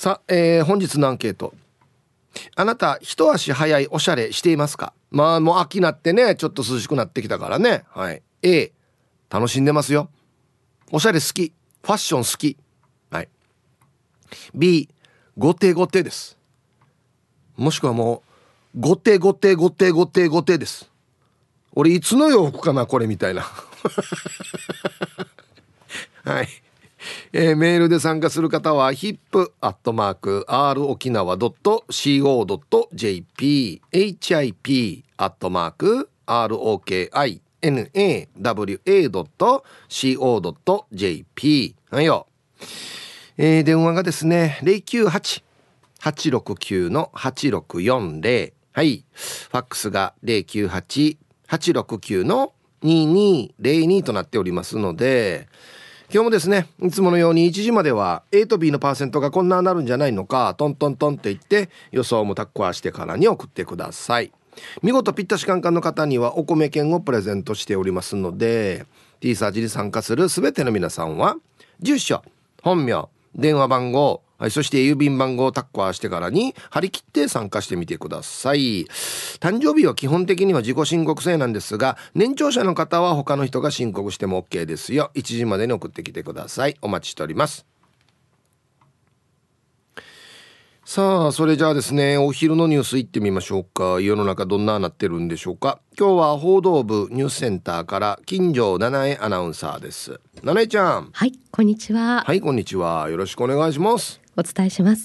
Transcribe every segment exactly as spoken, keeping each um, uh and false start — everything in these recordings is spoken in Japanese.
さあ、えー、本日のアンケート。あなた一足早いおしゃれしていますか？まあもう秋になってね、ちょっと涼しくなってきたからね。はい。 A、 楽しんでますよ。おしゃれ好き、ファッション好き。はい。 B、 ゴテゴテです。もしくはもうゴテゴテゴテゴテゴテです。俺いつの洋服かなこれみたいなはい。えー、メールで参加する方は ヒップ アットマーク アール 沖縄 ドット シーオー ドット ジェーピー ヒップ アットマーク アール オーケーアイエヌエーダブリューエー ドット シーオー ドット ジェーピー はいよ。えー、電話がですね ゼロきゅうはち はちろくきゅう はちろくよんゼロ、はい。ファックスが ゼロきゅうはち はちろくきゅう ににゼロにとなっておりますので、今日もですね、いつものようにいちじまでは A と B のパーセントがこんななるんじゃないのか、トントントンって言って予想もタッコアしてからに送ってください。見事ぴったしカンカンの方にはお米券をプレゼントしておりますので、 T サージに参加するすべての皆さんは住所、本名、電話番号、はい、そして郵便番号をタッコアしてからに張り切って参加してみてください。誕生日は基本的には自己申告制なんですが、年長者の方は他の人が申告しても OK ですよ。いちじまでに送ってきてください。お待ちしております。さあ、それじゃあですね、お昼のニュースいってみましょうか。世の中どんななってるんでしょうか。今日は報道部ニュースセンターから金城七重アナウンサーです。七重ちゃん。 はい、こんにちは。 はい、こんにちは。よろしくお願いします。 お伝えします。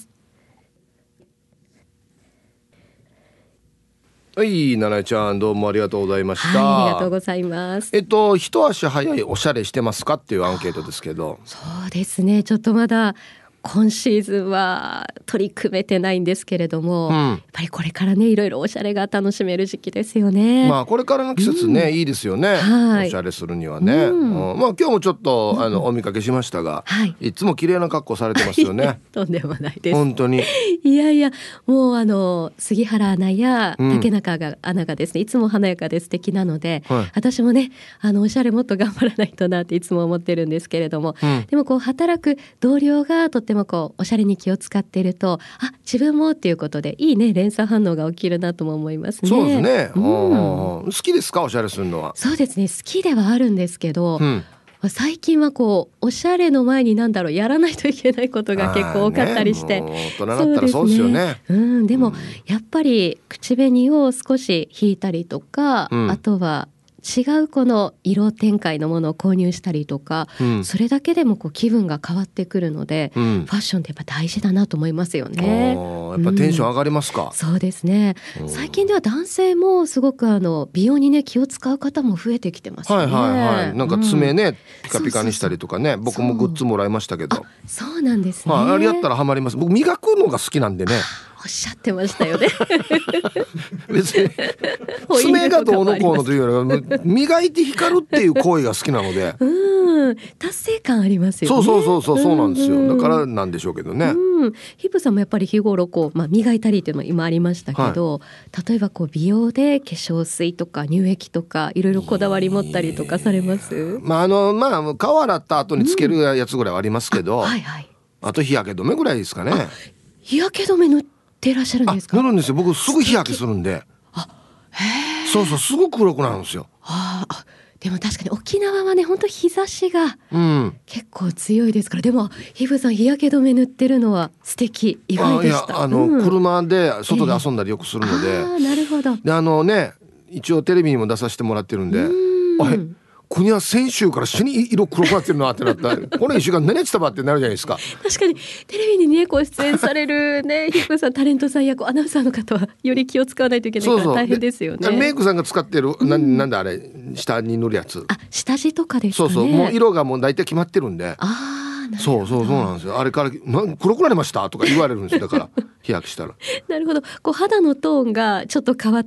はい、七重ちゃん、どうもありがとうございました。 はい、ありがとうございます。 えっと一足早いおしゃれしてますかっていうアンケートですけど。 そうですね、ちょっとまだ今シーズンは取り組めてないんですけれども、うん、やっぱりこれからね、いろいろおしゃれが楽しめる時期ですよね。 まあこれからの季節ね、うん、いいですよね、はい、おしゃれするにはね、うんうん、まあ今日もちょっとあのお見かけしましたが、はい、いつも綺麗な格好されてますよねとんでもないです、 本当に。 いやいや、もうあの杉原アナや竹中が、うん、アナがですね、いつも華やかで素敵なので、はい、私もね、あのおしゃれもっと頑張らないとなっていつも思ってるんですけれども、うん、でもこう働く同僚がとってもこうおしゃれに気を使っていると、あ、自分もっていうことでいいね、連鎖反応が起きるなとも思いますね。 そうですね、うん、好きですか、おしゃれするのは。 そうですね、好きではあるんですけど、うん、最近はこうおしゃれの前に何だろう、やらないといけないことが結構多かったりして、 ね、大人だったらそうですよね。 うん、でも、うん、やっぱり口紅を少し引いたりとか、うん、あとは違うこの色展開のものを購入したりとか、うん、それだけでもこう気分が変わってくるので、うん、ファッションってやっぱ大事だなと思いますよね。 やっぱテンション上がりますか。 うん、そうですね、最近では男性もすごくあの美容にね、気を使う方も増えてきてますね。 はいはいはい、なんか爪ね、うん、ピカピカにしたりとかね、そうそうそう、僕もグッズもらいましたけど。 あ、そうなんですね、 はい、あれやったらハマります。僕磨くのが好きなんでね。 おっしゃってましたよね別に爪がどうのこうのというよりは磨いて光るっていう行為が好きなので、 うん、達成感ありますよね。 そうそうそうそう、そうなんですよ、うん、だからなんでしょうけどね、 うん、ヒップさんもやっぱり日頃こう、まあ、磨いたりっていうのも今ありましたけど、はい、例えばこう美容で化粧水とか乳液とかいろいろこだわり持ったりとかされます？ まああのまあ顔洗った後につけるやつぐらいはありますけど、うん、あ、はいはい、あと日焼け止めぐらいですかね。 日焼け止め塗ってらっしゃるんですか？ 塗るんですよ、僕すぐ日焼けするんで。あ、へー、そうそう、すぐ黒くなるんですよ。 ああ、でも確かに沖縄はね、本当日差しが結構強いですから、うん、でもヒブさん日焼け止め塗ってるのは素敵、意外でした。 あ、いや、あの、うん、車で外で遊んだりよくするので、 えー、あ、なるほど。 で、あのね、一応テレビにも出させてもらってるんで、うん、あれ国は先週から死に色黒くなってるなってなったらこの一週間何やってたばってなるじゃないですか。 確かにテレビにね、こう出演されるねヒップさん、タレントさんやアナウンサーの方はより気を使わないといけないから大変ですよね。 そうそう、メイクさんが使ってる、うん、な, なんだあれ、下に塗るやつ、 あ、下地とかですかね。 そうそう、もう色がもう大体決まってるんで、 あ、 そうそうそうなんですよ。あれからな黒くなりましたとか言われるんですよ。だから日焼けしたらなるほど、こう肌のトーンがちょっと変わって、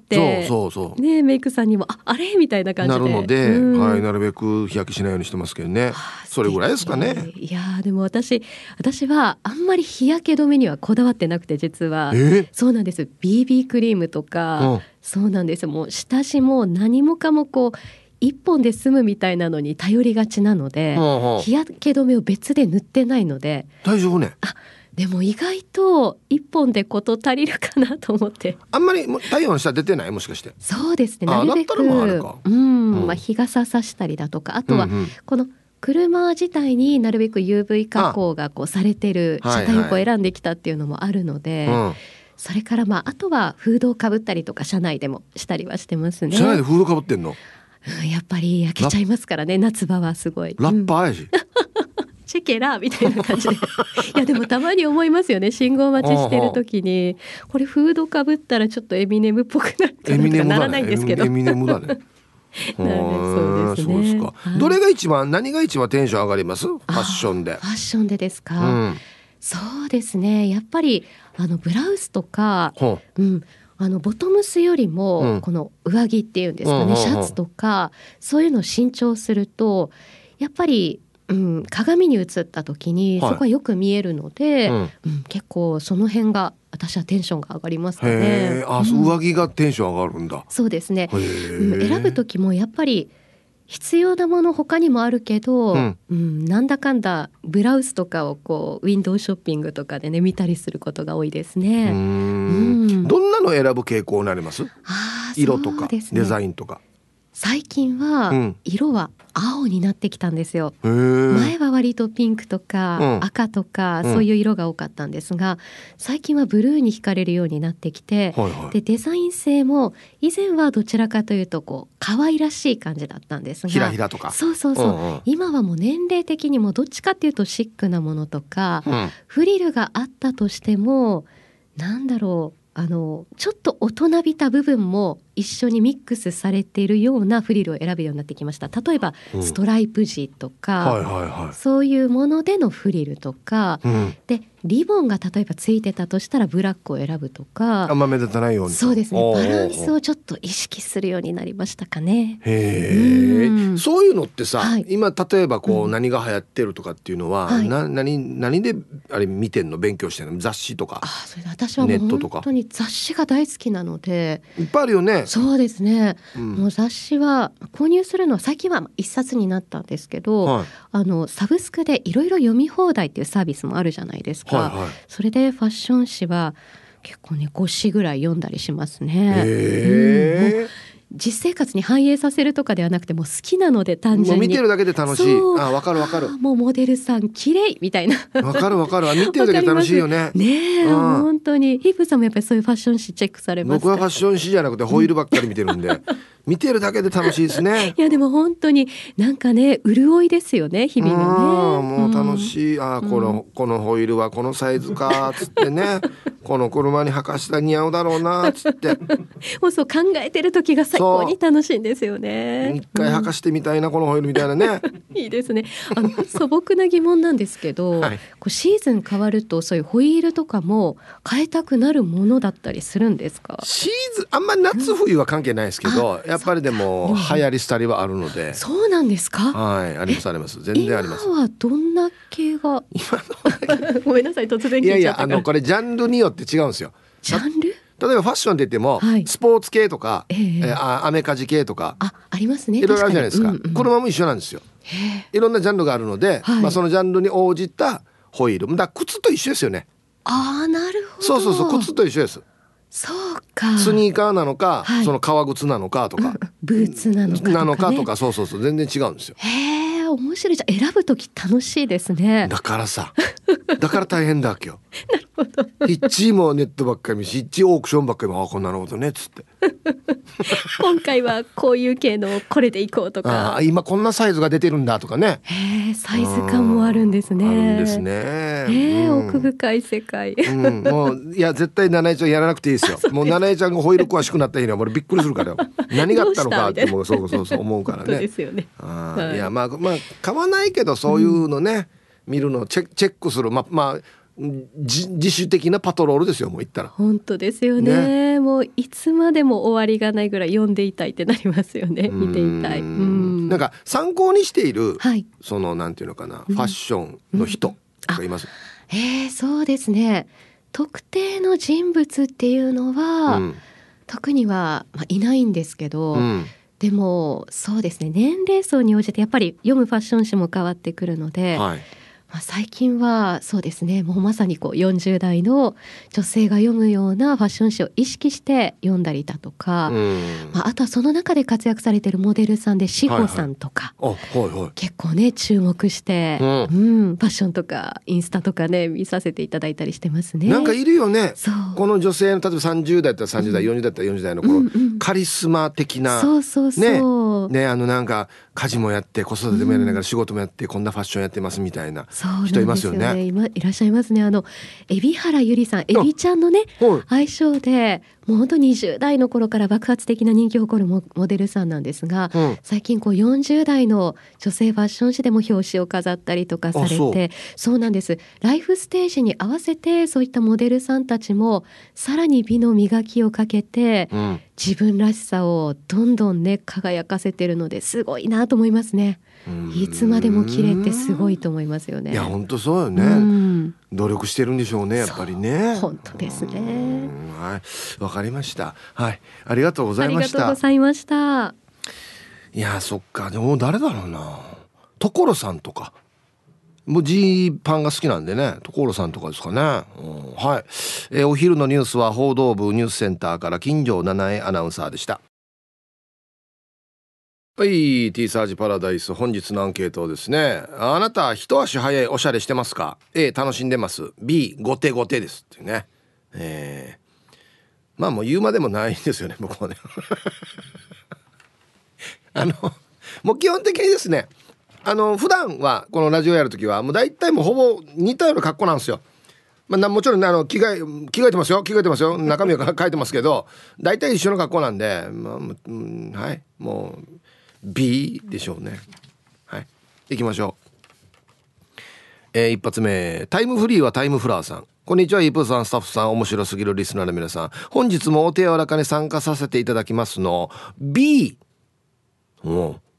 そうそうそう、 ね、メイクさんにも あ, あれみたいな感じでなるので、うん、はい、なるべく日焼けしないようにしてますけどね。それぐらいですかね。 いやでも私私はあんまり日焼け止めにはこだわってなくて、実は。 えそうなんです。 ビービー クリームとか、うん、そうなんですよ。もう下地も何もかもこう一本で済むみたいなのに頼りがちなので、はあはあ、日焼け止めを別で塗ってないので大丈夫ね。 あ、 でも意外と一本で事足りるかなと思って。 あんまり太陽の下出てない？もしかして。 そうですね、なるべく、 だったらもうあるか、 うんうんまあ、日傘さしたりだとか、あとはうんうんこの車自体になるべく ユーブイ 加工がこうされてる車体をこう選んできたっていうのもあるので、 はいはいうん、 それからまああとはフードをかぶったりとか車内でもしたりはしてますね。 車内でフードかぶってんの？ うん、やっぱり焼けちゃいますからね、夏場はすごい。 ラッパーやし、うん、 チェケラみたいな感じでいやでもたまに思いますよね、信号待ちしてる時にこれフードかぶったらちょっとエミネムっぽくなるかなとかならないんですけど、 エミネムだねそうですね。 そうですか、はい、どれが一番何が一番テンション上がります？ファッションで。 ファッションでですか、 うん、 そうですね、やっぱりあのブラウスとか、うん、あのボトムスよりもこの上着っていうんですかね、うん、シャツとかそういうのを新調するとやっぱり、うん、鏡に映った時にそこはよく見えるので、はいうんうん、結構その辺が私はテンションが上がりますかね。 あ、うん、上着がテンション上がるんだ。 そうですね、うん、選ぶ時もやっぱり必要なもの他にもあるけど、うんうん、なんだかんだブラウスとかをこうウィンドウショッピングとかでね見たりすることが多いですね。 うーん、うん、どんなの選ぶ傾向になります？あ、色とか、ね、デザインとか。 最近は色は青になってきたんですよ。前は割とピンクとか赤とかそういう色が多かったんですが、最近はブルーに惹かれるようになってきて、はいはい、でデザイン性も以前はどちらかというとこう可愛らしい感じだったんですが、 ひらひらとか、 そうそうそう、うんうん、今はもう年齢的にもどっちかっていうとシックなものとか、うん、フリルがあったとしてもなんだろう、あのちょっと大人びた部分も一緒にミックスされているようなフリルを選ぶようになってきました。例えば、うん、ストライプ地とか、はいはいはい、そういうものでのフリルとか、うん、でリボンが例えばついてたとしたらブラックを選ぶとか、 あんま目立たないように。 そうですね、バランスをちょっと意識するようになりましたかね。 へー、うん、そういうのってさ、はい、今例えばこう、うん、何が流行ってるとかっていうのは、はい、な何何であれ見てんの？勉強してんの？雑誌とか。 あ、それで私はもう本当に雑誌が大好きなので。 いっぱいあるよね。 そうですね、うん、もう雑誌は購入するのは最近は一冊になったんですけど、はい、あのサブスクでいろいろ読み放題っていうサービスもあるじゃないですか、はいはい、それでファッション誌は結構ねご誌ぐらい読んだりしますね。へー、うん、もう実生活に反映させるとかではなくてもう好きなので単純にもう見てるだけで楽しい。あ、わかるわかる。 もうモデルさん綺麗みたいなわかるわかる。見てるだけで楽しいよね。 ねえ、うん、本当にヒープさんもやっぱりそういうファッション誌チェックされますか？ 僕はファッション誌じゃなくてホイールばっかり見てるんで、うん、見てるだけで楽しいですね。 いやでも本当になんかね潤いですよね、日々のね。もう楽しい、うん、あこのこのホイールはこのサイズかつってねこの車に履かしたら似合うだろうなつってもうそう考えてる時が最高に楽しいんですよね。 一回履かしてみたいな、うん、このホイールみたいなねいいですね。あの素朴な疑問なんですけど、はい、こうシーズン変わるとそういうホイールとかも変えたくなるものだったりするんですか？ シーズンあんまり夏冬は関係ないですけど、うん、やっぱりでも流行り廃りはあるので。 そうなんですか？ はい、ありますあります。全然あります。 今はどんな系が今のごめんなさい突然聞いちゃったから。いやいや、 あのこれジャンルによって違うんですよ。 ジャンル？ 例えばファッションって言っても、はい、スポーツ系とか、えーえー、あアメカジ系とかあ, ありますね。 いろいろあるじゃないですか、うんうん、車も一緒なんですよ。いろんなジャンルがあるので、はい、まあ、そのジャンルに応じたホイールだから靴と一緒ですよね。 あー、なるほど。 そうそうそう、靴と一緒です。 そうか、 スニーカーなのか、はい、その革靴なのかとかブーツなのかとか、ね、 なのかとか、そうそうそう、全然違うんですよ。 へー、面白い。じゃ選ぶとき楽しいですね。 だからさだから大変だわけよなるほど。 一もネットばっかり見し、一オークションばっかり見、あこんなのことねっつって今回はこういう系のこれでいこうとか、 あ今こんなサイズが出てるんだとかね。 へー、サイズ感もあるんですね。 あるんですね。 へー、うん、奥深い世界、 うん、もういや絶対ナナエちゃんやらなくていいですよ。もうナナエちゃんがホイール詳しくなった日には俺びっくりするからよ何があったのかってもうそうそうそう思うからね。 そうですよね。 あ、はい、いやまあまあ買わないけどそういうのね、うん、見るのチェチェックする、ままあ自, 自主的なパトロールですよ。もう言ったら本当ですよ ね, ね。もういつまでも終わりがないぐらい読んでいたいってなりますよね。見ていたい。うん、 なんか参考にしている、はい、そのなんていうのかな、うん、ファッションの人とかいます？ うん、えー、そうですね。特定の人物っていうのは、うん、特には、まあ、いないんですけど、うん、でもそうですね、年齢層に応じてやっぱり読むファッション誌も変わってくるので、はい、 まあ、最近はそうですね、もうまさにこうよんじゅう代の女性が読むようなファッション誌を意識して読んだりだとか、まあ、あとはその中で活躍されているモデルさんで志保さんとか、 はいはいはいはい、 結構ね注目して、うんうん、ファッションとかインスタとかね見させていただいたりしてますね。 なんかいるよね、この女性の例えばさんじゅう代だったらさんじゅう代、うん、よんじゅう代だったらよんじゅう代のこのカリスマ的な、 そうそうそうね、ね、あのなんか家事もやって子育てもやりながら仕事もやってこんなファッションやってますみたいな人いますよね。 そうなんですよね、今いらっしゃいますね。あの海老原ゆりさん、エビちゃんのね愛称でもう本当ににじゅう代の頃から爆発的な人気を誇る モ, モデルさんなんですが、うん、最近こうよんじゅう代の女性ファッション誌でも表紙を飾ったりとかされて、そう、そうなんです。ライフステージに合わせてそういったモデルさんたちもさらに美の磨きをかけて、うん、自分らしさをどんどんね輝かせてるのですごいなと思いますね。いつまでも綺麗ってすごいと思いますよね。 いや本当そうよね、うん、努力してるんでしょうねやっぱりね。 本当ですね。 はい、わかりました。はい、ありがとうございました。 ありがとうございました。 いやそっか、でも誰だろうな、所さんとかもうジーパンが好きなんでね、所さんとかですかね、うん、はい、えー、お昼のニュースは報道部ニュースセンターから金城七重アナウンサーでした。はい、 T サージパラダイス、本日のアンケートですね。あなた一足早いおしゃれしてますか？ A 楽しんでます、 B ゴテゴテですっていうね、えー、まあもう言うまでもないんですよね僕はねあのもう基本的にですね、あの普段はこのラジオやるときはもう大体もうほぼ似たような格好なんですよ。まあ、もちろん、ね、あの着替え着替えてますよ着替えてますよ中身は書いてますけど大体一緒の格好なんで、まあうん、はいもう B でしょうね。はい行きましょう。えー、一発目、タイムフリーはタイムフラーさん、こんにちは。イープーさん、スタッフさん、面白すぎるリスナーの皆さん、本日もお手柔らかに参加させていただきますの B。 うん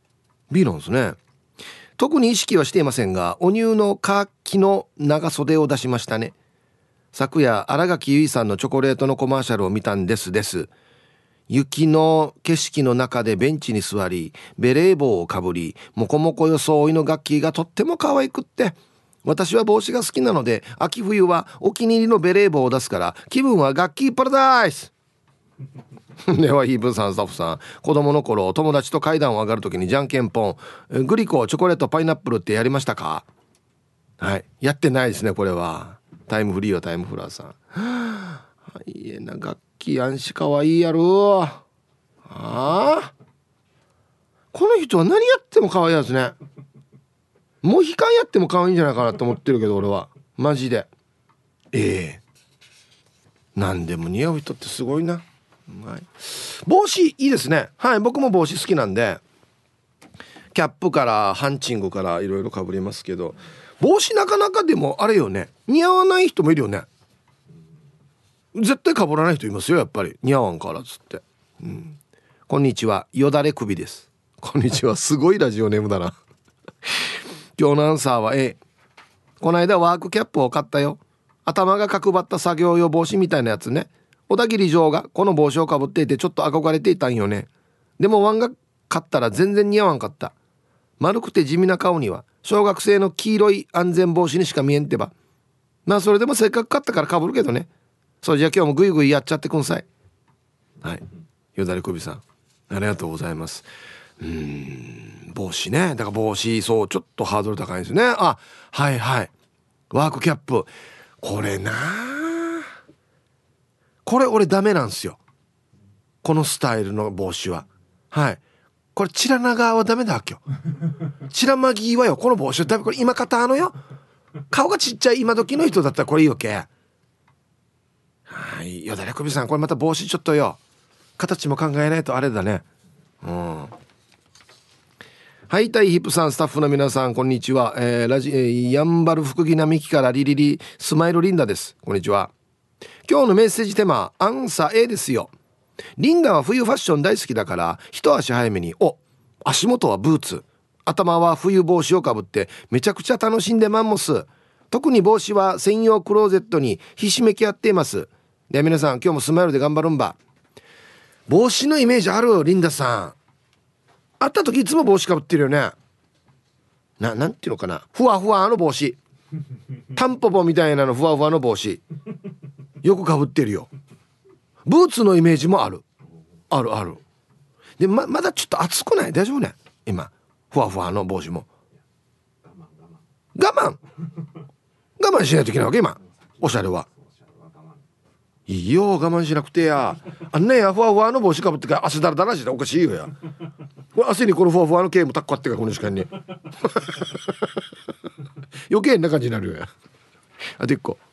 B なんですね。特に意識はしていませんがお乳のカーキの長袖を出しましたね。昨夜新垣結衣さんのチョコレートのコマーシャルを見たんですです。雪の景色の中でベンチに座りベレー帽をかぶりモコモコ装いのガッキーがとっても可愛くって、私は帽子が好きなので秋冬はお気に入りのベレー帽を出すから気分はガッキーパラダイスではヒープーさん、スタッフさん、子供の頃友達と階段を上がるときにじゃんけんぽんグリコチョコレートパイナップルってやりましたか？はい、やってないですね。これはタイムフリーはタイムフラーさん、はあ、いえなガッキーあんしかわいいやろ。ああこの人は何やっても可愛いやつね。もう悲観やっても可愛いんじゃないかなと思ってるけど俺はマジでええ何でも似合う人ってすごいな。はい、帽子いいですね。はい、僕も帽子好きなんでキャップからハンチングからいろいろかぶりますけど、帽子なかなかでもあれよね、似合わない人もいるよね。絶対かぶらない人いますよやっぱり、似合わんからっつって、うん、こんにちはよだれ首です。こんにちは、すごいラジオネームだな今日のアンサーは A。 この間ワークキャップを買ったよ。頭が角張った作業用帽子みたいなやつね。小田切城がこの帽子をかぶっていてちょっと憧れていたんよね。でもワンが買ったら全然似合わんかった。丸くて地味な顔には小学生の黄色い安全帽子にしか見えんってば。まあそれでもせっかく買ったからかぶるけどね。そうじゃあ今日もグイグイやっちゃってくんさい。はい、よだれ首さんありがとうございます。うーん帽子ね、だから帽子そうちょっとハードル高いんですね。あはいはい、ワークキャップこれなこれ俺ダメなんですよこのスタイルの帽子は。はいこれチラ長はダメだっけよチラマギはよこの帽子はダメ。これ今型のよ顔がちっちゃい今時の人だったらこれいいわけ。はいよだれ首さんこれまた帽子ちょっとよ形も考えないとあれだね。うんはいタイヒップさん、スタッフの皆さんこんにちは。えー、ラジ、えー、やんばる福木並木からリリリスマイルリンダです。こんにちは。今日のメッセージテーマアンサー A ですよ。リンダは冬ファッション大好きだから一足早めにお足元はブーツ、頭は冬帽子をかぶってめちゃくちゃ楽しんでマンモス。特に帽子は専用クローゼットにひしめき合っています。で皆さん今日もスマイルで頑張るんば。帽子のイメージあるリンダさん。会った時いつも帽子かぶってるよね。な、なんていうのかな、ふわふわの帽子タンポポみたいなのふわふわの帽子よくかぶってるよ。ブーツのイメージもあるあるある。で ま, まだちょっと暑くない？大丈夫ね今ふわふわの帽子も我慢我慢しないといけないわけ今おしゃれはいいよ我慢しなくてやあんなやふわふわの帽子かぶってから汗だらだらしておかしいよやこれ汗にこのふわふわの毛もたっこあってからこの時間に余計な感じになるよや。あといっこ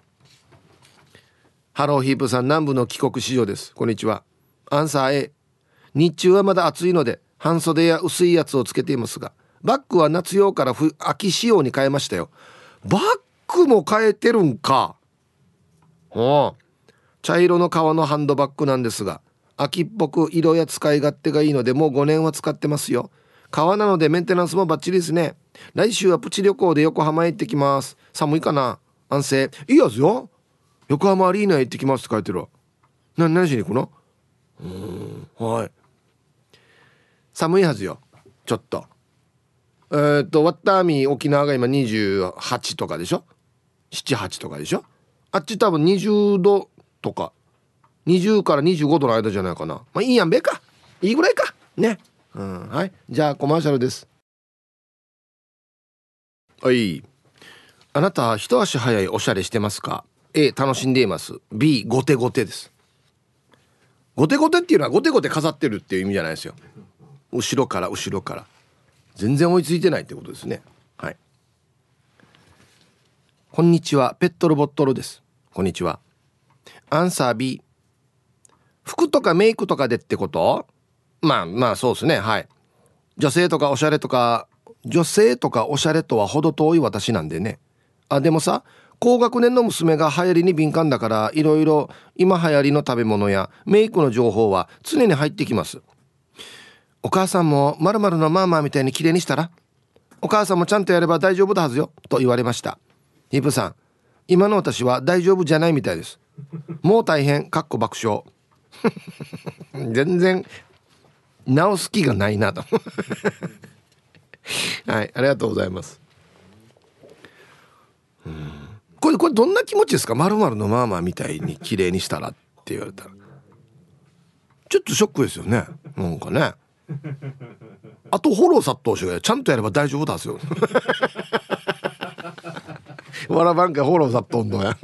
ハローヒープさん南部の帰国子女です。こんにちは。アンサー A。 日中はまだ暑いので半袖や薄いやつをつけていますがバッグは夏用から秋仕様に変えましたよ。バッグも変えてるんか。お茶色の革のハンドバッグなんですが秋っぽく色や使い勝手がいいのでもうごねんは使ってますよ。革なのでメンテナンスもバッチリですね。来週はプチ旅行で横浜へ行ってきます。寒いかな。安静いいやつよ。横浜アリーナへ行ってきますって書いてるわ。な何しに行くの？うーんはい寒いはずよちょっと。えー、っとワッターミー沖縄が今にじゅうはちとかでしょ。なな、はちとかでしょ。あっち多分にじゅうどとかにじゅうからにじゅうごどの間じゃないかな。まあいいやんべかいいぐらいかね。うん、はいじゃあコマーシャルです。はい。あなた一足早いおしゃれしてますか？ A 楽しんでいます。 B ゴテゴテです。ゴテゴテっていうのはゴテゴテ飾ってるっていう意味じゃないですよ。後ろから後ろから全然追いついてないってことですね。はい。こんにちはペットロボットロです。こんにちは。アンサー B。 服とかメイクとかでってこと？まあまあそうですね。はい。女性とかおしゃれとか女性とかおしゃれとは程遠い私なんでね。あでもさ高学年の娘が流行りに敏感だからいろいろ今流行りの食べ物やメイクの情報は常に入ってきます。お母さんも〇〇のマーマーみたいに綺麗にしたらお母さんもちゃんとやれば大丈夫だはずよと言われました。ヒープさん今の私は大丈夫じゃないみたいです。もう大変かっこ爆笑全然直す気がないなとはいありがとうございます。うんこれこれどんな気持ちですか？〇〇のマーマーみたいに綺麗にしたらって言われたらちょっとショックですよね。なんかねあとフォロー殺到してちゃんとやれば大丈夫だすよわらばんかフォロー殺到んどや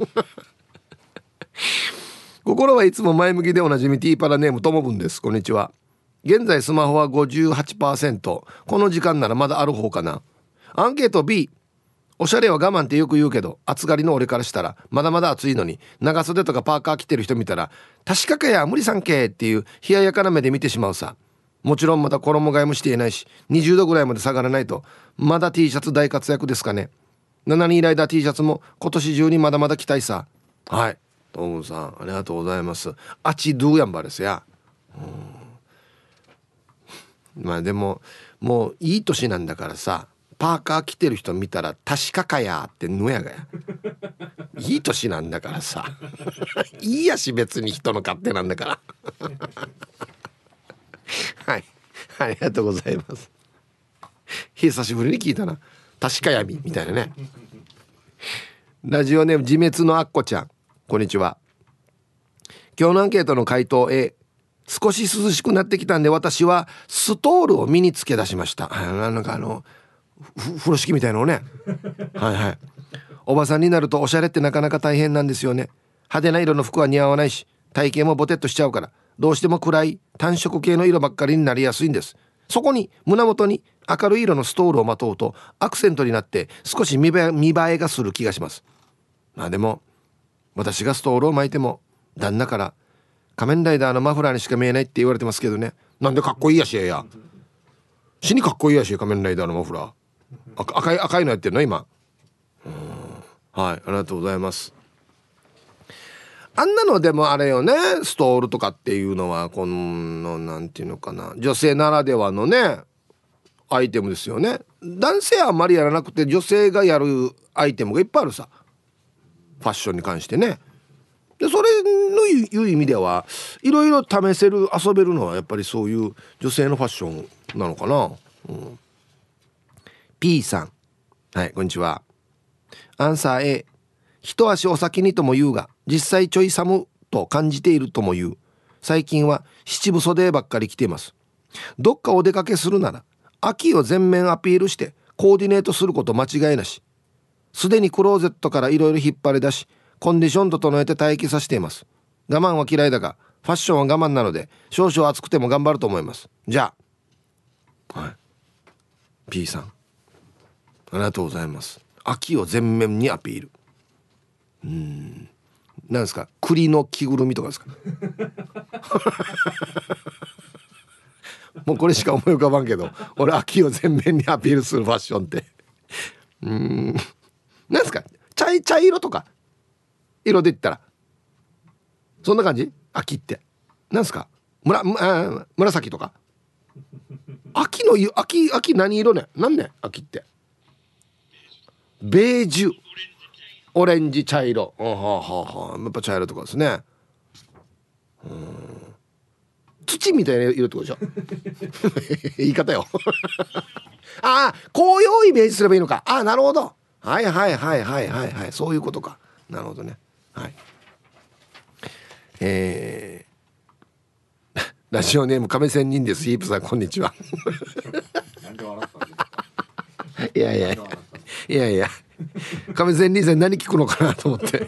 心はいつも前向きでおなじみティーパラネームともぶんです。こんにちは。現在スマホは ごじゅうはちパーセント この時間ならまだある方かな。アンケート B。 おしゃれは我慢ってよく言うけど暑がりの俺からしたらまだまだ暑いのに長袖とかパーカー着てる人見たら確かかや無理さんけっていう冷ややかな目で見てしまうさ。もちろんまだ衣替えもしていないしにじゅうどぐらいまで下がらないとまだ T シャツ大活躍ですかね。しちにんライダー T シャツも今年中にまだまだ着たいさ。はいトムさんありがとうございます。あちドゥやんばですや。うんまあでももういい年なんだからさパーカー着てる人見たら確かかやってぬやがやいい年なんだからさいいやし別に人の勝手なんだからはいありがとうございます。久しぶりに聞いたな確かやみみたいなね。ラジオネーム自滅のあっこちゃんこんにちは。今日のアンケートの回答 A。 少し涼しくなってきたんで私はストールを身につけ出しました。なんかあの風呂敷みたいなのねはいはい。おばさんになるとおしゃれってなかなか大変なんですよね。派手な色の服は似合わないし体型もボテッとしちゃうからどうしても暗い単色系の色ばっかりになりやすいんです。そこに胸元に明るい色のストールをまとうとアクセントになって少し見栄え、見栄えがする気がします。まあでも私がストールを巻いても旦那から仮面ライダーのマフラーにしか見えないって言われてますけどね。なんでかっこいいやしや死にかっこいいやし仮面ライダーのマフラー赤い赤いのやってるの今。うんはいありがとうございます。あんなのでもあれよねストールとかっていうのはこのなんていうのかな女性ならではのねアイテムですよね。男性はあんまりやらなくて女性がやるアイテムがいっぱいあるさファッションに関してね。でそれのいう意味ではいろいろ試せる遊べるのはやっぱりそういう女性のファッションなのかな、うん、P さんはいこんにちは。 アンサー A、 一足お先にとも言うが実際ちょい寒と感じているとも言う。最近は七分袖ばっかり着ています。どっかお出かけするなら秋を全面アピールしてコーディネートすること間違いなし。すでにクローゼットからいろいろ引っ張り出しコンディション整えて待機させています。我慢は嫌いだがファッションは我慢なので少々暑くても頑張ると思います。じゃあ、はい、P さんありがとうございます。秋を全面にアピール。うーん、なんですか、栗の着ぐるみとかですかもうこれしか思い浮かばんけど、俺秋を全面にアピールするファッションってうーん、なんですか、茶、茶色とか色で言ったらそんな感じ。秋ってなんですか、むらあ紫とか秋の秋秋何色ね、なんね秋ってベージュ、オレンジ、茶色、はあはあはあ、やっぱ茶色とかですね。うん、土みたいな色ってことでしょ言い方よああ、紅葉をイメージすればいいのか。ああ、なるほど、はいはいはいはいはいはい、そういうことか。なるほどね。はい。えー、ラジオネーム亀仙人です。ヒープさんこんにちは。いやいやいやいや、亀仙人さん何聞くのかなと思って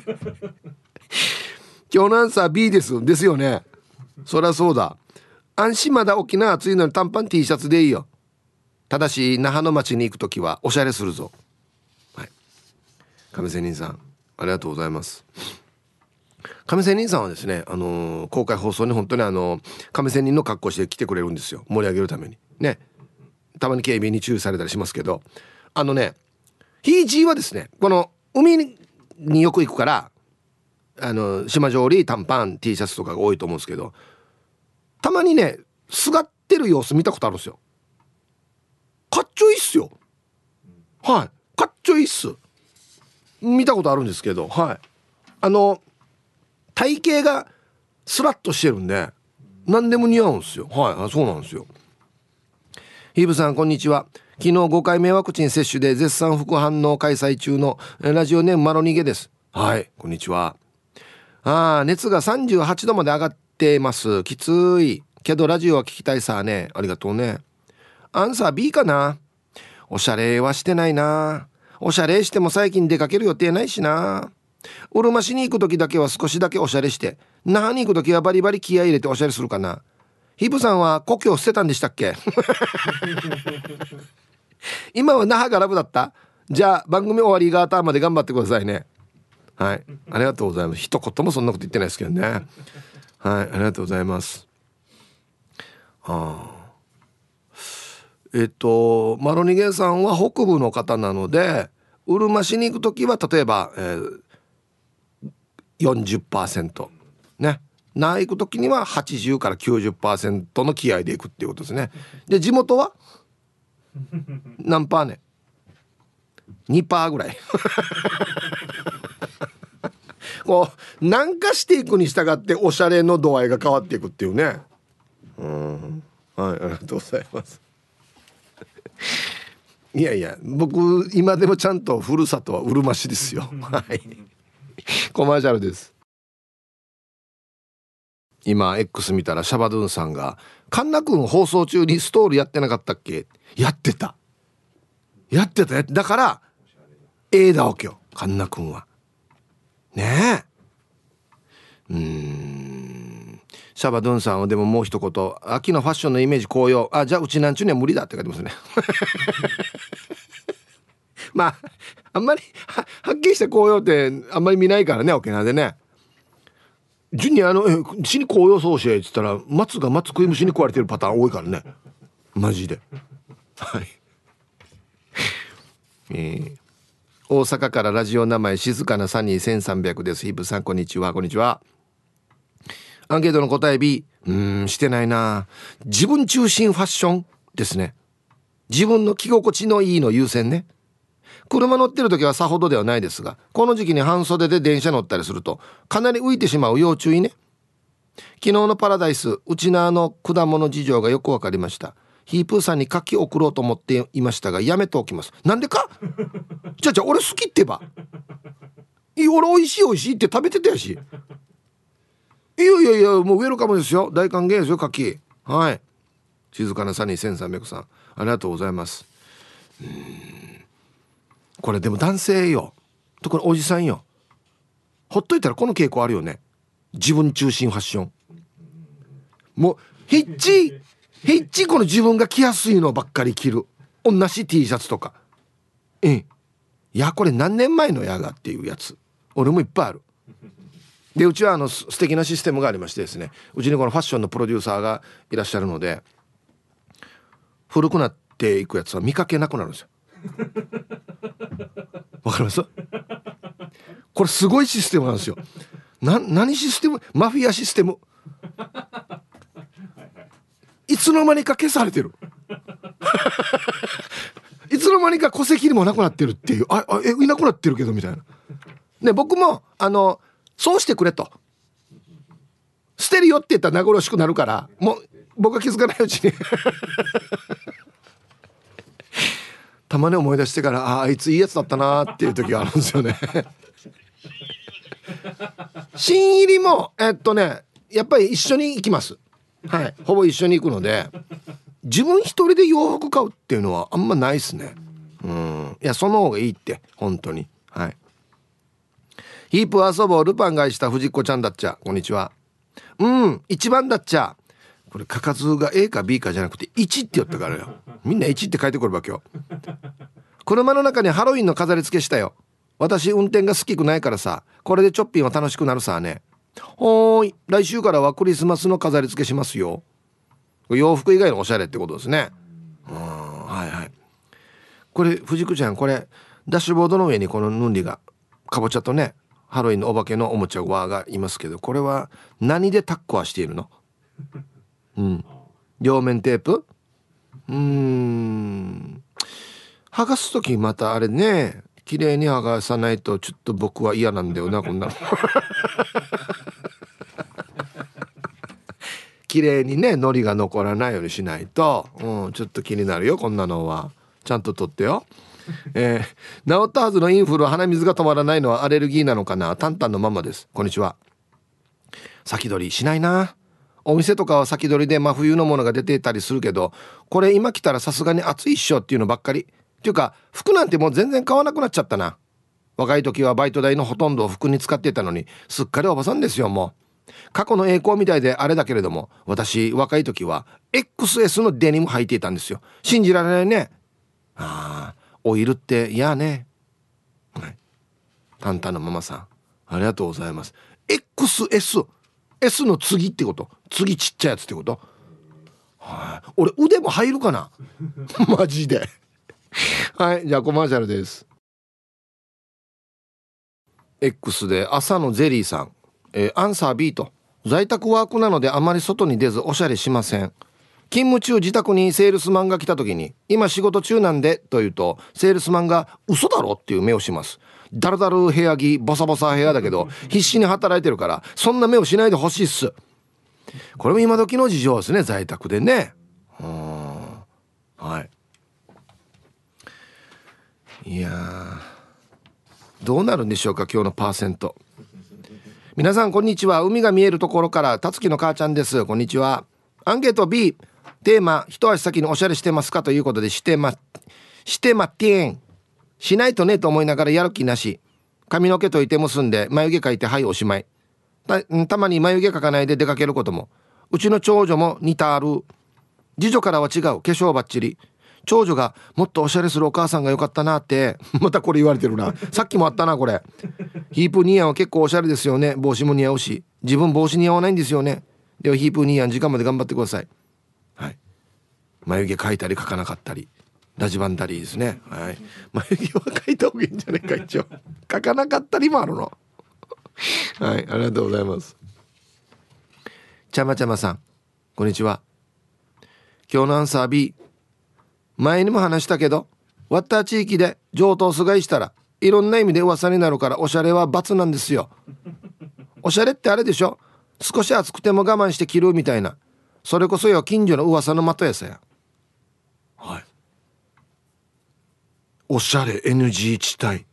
今日のアンサー B ですですよね。そりゃそうだ。安心、まだ沖縄暑いのに短パン T シャツでいいよ。ただし那覇の町に行くときはおしゃれするぞ。はい、亀仙人さんありがとうございます。亀仙人さんはですね、あのー、公開放送に本当にあのー、亀仙人の格好して来てくれるんですよ。盛り上げるためにね。たまに警備に注意されたりしますけど、あのね、ひいじーはですね、この海によく行くからあの島上り短パン T シャツとかが多いと思うんですけど、たまにねすがってる様子見たことあるんですよ。かっちょいいっすよ。はい、かっちょいいっす。見たことあるんですけど、はい、あの体型がスラッとしてるんで何でも似合うんですよ。はい、そうなんですよ。ヒーブさんこんにちは。昨日ごかいめワクチン接種で絶賛副反応開催中のラジオネームマロニゲです。はい、こんにちは。あー、熱がさんじゅうはちどまで上がってます。きついけどラジオは聞きたいさね。ありがとうね。アンサー B かな。おしゃれはしてないな。おしゃれしても最近出かける予定ないしな。うるま市に行く時だけは少しだけおしゃれして、那覇に行く時はバリバリ気合い入れておしゃれするかな。ヒブさんは故郷捨てたんでしたっけ今は那覇がラブだった。じゃあ番組終わりガーターまで頑張ってくださいね。はい、ありがとうございます。一言もそんなこと言ってないですけどね。はい、ありがとうございます。はあ、えっとマロニゲンさんは北部の方なので、うるま市に行くときは例えば、えー、よんじゅっパーセント ね、那覇行くときにははちじゅうからきゅうじゅっパーセント の気合で行くっていうことですね。で地元は何パーね、にパーぐらいこう南下していくに従っておしゃれの度合いが変わっていくっていうね。うん、はい、ありがとうございますいやいや、僕今でもちゃんとふるさとはうるま市ですよはいコマーシャルです。今 X 見たらシャバドゥンさんがカンナ君放送中にストールやってなかったっけ。やってたやってた。だから A だわけよ、カンナ君はねえ。うーん、シャバドゥンさんはでももう一言、秋のファッションのイメージ紅葉、あ、じゃあうちなんちゅうには無理だって書いてますねまああんまり は, はっきりした紅葉ってあんまり見ないからね、沖縄でね。ジュニアのえ死に紅葉そうしえっつったら松が松食い虫に食われてるパターン多いからね、マジではいえー、大阪からラジオ名前静かなサニーせんさんびゃくです。ヒブさんこんにちは。こんにちは。アンケートの答え B、 うーん、してないな。自分中心ファッションですね。自分の着心地のいいの優先ね。車乗ってる時はさほどではないですが、この時期に半袖で電車乗ったりするとかなり浮いてしまう要注意ね。昨日のパラダイス、うちなーの果物事情がよくわかりました。 ヒープーさんに柿送ろうと思っていましたがやめておきます。なんでかじゃあじゃあ俺好きってばいい俺美味しい美味しいって食べてたやし、いやいやいやもうウェルカムですよ、大歓迎ですよ柿。はい、静かなサニーせんさんびゃくさんありがとうございます。うーんこれでも男性よ、特におじさんよ、ほっといたらこの傾向あるよね。自分中心ファッション、もうヒッチヒッチこの自分が着やすいのばっかり着る同じ T シャツとか、ええいやこれ何年前のやがっていうやつ俺もいっぱいある。でうちはあの素敵なシステムがありましてですね、うちにこのファッションのプロデューサーがいらっしゃるので、古くなっていくやつは見かけなくなるんですよ。わかります？これすごいシステムなんですよ。な何システム？マフィアシステム。いつの間にか消されてる。いつの間にか戸籍にもなくなってるっていう、ああえいなくなってるけどみたいな。ね僕もあのそうしてくれと、捨てるよって言ったら名残惜しくなるから、もう僕が気づかないうちにたまに思い出してから、ああいついいやつだったなっていう時があるんですよね。新入りもえっとねやっぱり一緒に行きます。はい、ほぼ一緒に行くので、自分一人で洋服買うっていうのはあんまないですね。うんいやその方がいいって本当に。はい、ヒープ遊ぼうルパンがした藤子ちゃんだっちゃこんにちは。うん一番だっちゃ、これ価格が A か B かじゃなくていちって言ったからよ。みんないちって書いてくるわけよ。車の中にハロウィンの飾り付けしたよ。私運転が好きくないからさ、これでちょっぴんは楽しくなるさね。ほーい、来週からはクリスマスの飾り付けしますよ。洋服以外のおしゃれってことですね。うんはいはい。これ藤子ちゃん、これダッシュボードの上にこのヌンリがかぼちゃとねハロウィンのお化けのおもちゃわがいますけど、これは何でタッコはしているの？うん両面テープ、うーん剥がすときまたあれね綺麗に剥がさないとちょっと僕は嫌なんだよなこんなの。綺麗にね糊が残らないようにしないと、うん、ちょっと気になるよこんなのは。ちゃんと取ってよ。えー、治ったはずのインフル鼻水が止まらないのはアレルギーなのかな。タンタンのママです。こんにちは。先取りしないな。お店とかは先取りで真冬のものが出ていたりするけど、これ今来たらさすがに暑いっしょっていうのばっかりっていうか、服なんてもう全然買わなくなっちゃったな。若い時はバイト代のほとんどを服に使っていたのにすっかりおばさんですよ。もう過去の栄光みたいであれだけれども、私若い時は エックスエス のデニム履いていたんですよ。信じられないね。ああオイルっていやね、はい、タンタンのママさんありがとうございます。 エックスエス S の次ってこと、次ちっちゃいやつってこと、はあ、俺腕も入るかな。マジで。はいじゃあコマーシャルです。 X で朝のゼリーさん、えー、アンサー B と在宅ワークなのであまり外に出ずおしゃれしません。勤務中自宅にセールスマンが来た時に今仕事中なんでと言うと、セールスマンが嘘だろっていう目をします。だるだる部屋着ボサボサ部屋だけど必死に働いてるからそんな目をしないでほしいっす。これも今時の事情ですね、在宅でね。うんはいいやーどうなるんでしょうか今日のパーセント。皆さんこんにちは。海が見えるところからたつきの母ちゃんです。こんにちは。アンケート B テーマ一足先におしゃれしてますかということで、してましてまってんしないとねと思いながらやる気なし。髪の毛といて結んで眉毛描いてはいおしまい。 た, たまに眉毛描かないで出かけることも。うちの長女も似たある。次女からは違う化粧バッチリ。長女がもっとおしゃれするお母さんが良かったなってまたこれ言われてるな。さっきもあったなこれ。ヒープニーヤンは結構おしゃれですよね。帽子も似合うし。自分帽子似合わないんですよね。ではヒープニーヤン時間まで頑張ってください。はい、眉毛描いたり描かなかったりラジバンダリーですね。はい、眉毛は描いた方がいいんじゃないか一応。描かなかったりもあるの。はいありがとうございます。ちゃまちゃまさんこんにちは。今日のアンサー B、 前にも話したけどワッター地域で上等すがいしたらいろんな意味で噂になるからおしゃれは罰なんですよ。おしゃれってあれでしょ、少し暑くても我慢して着るみたいな。それこそよ近所の噂の的やさや。 はい、おしゃれ エヌジー 地帯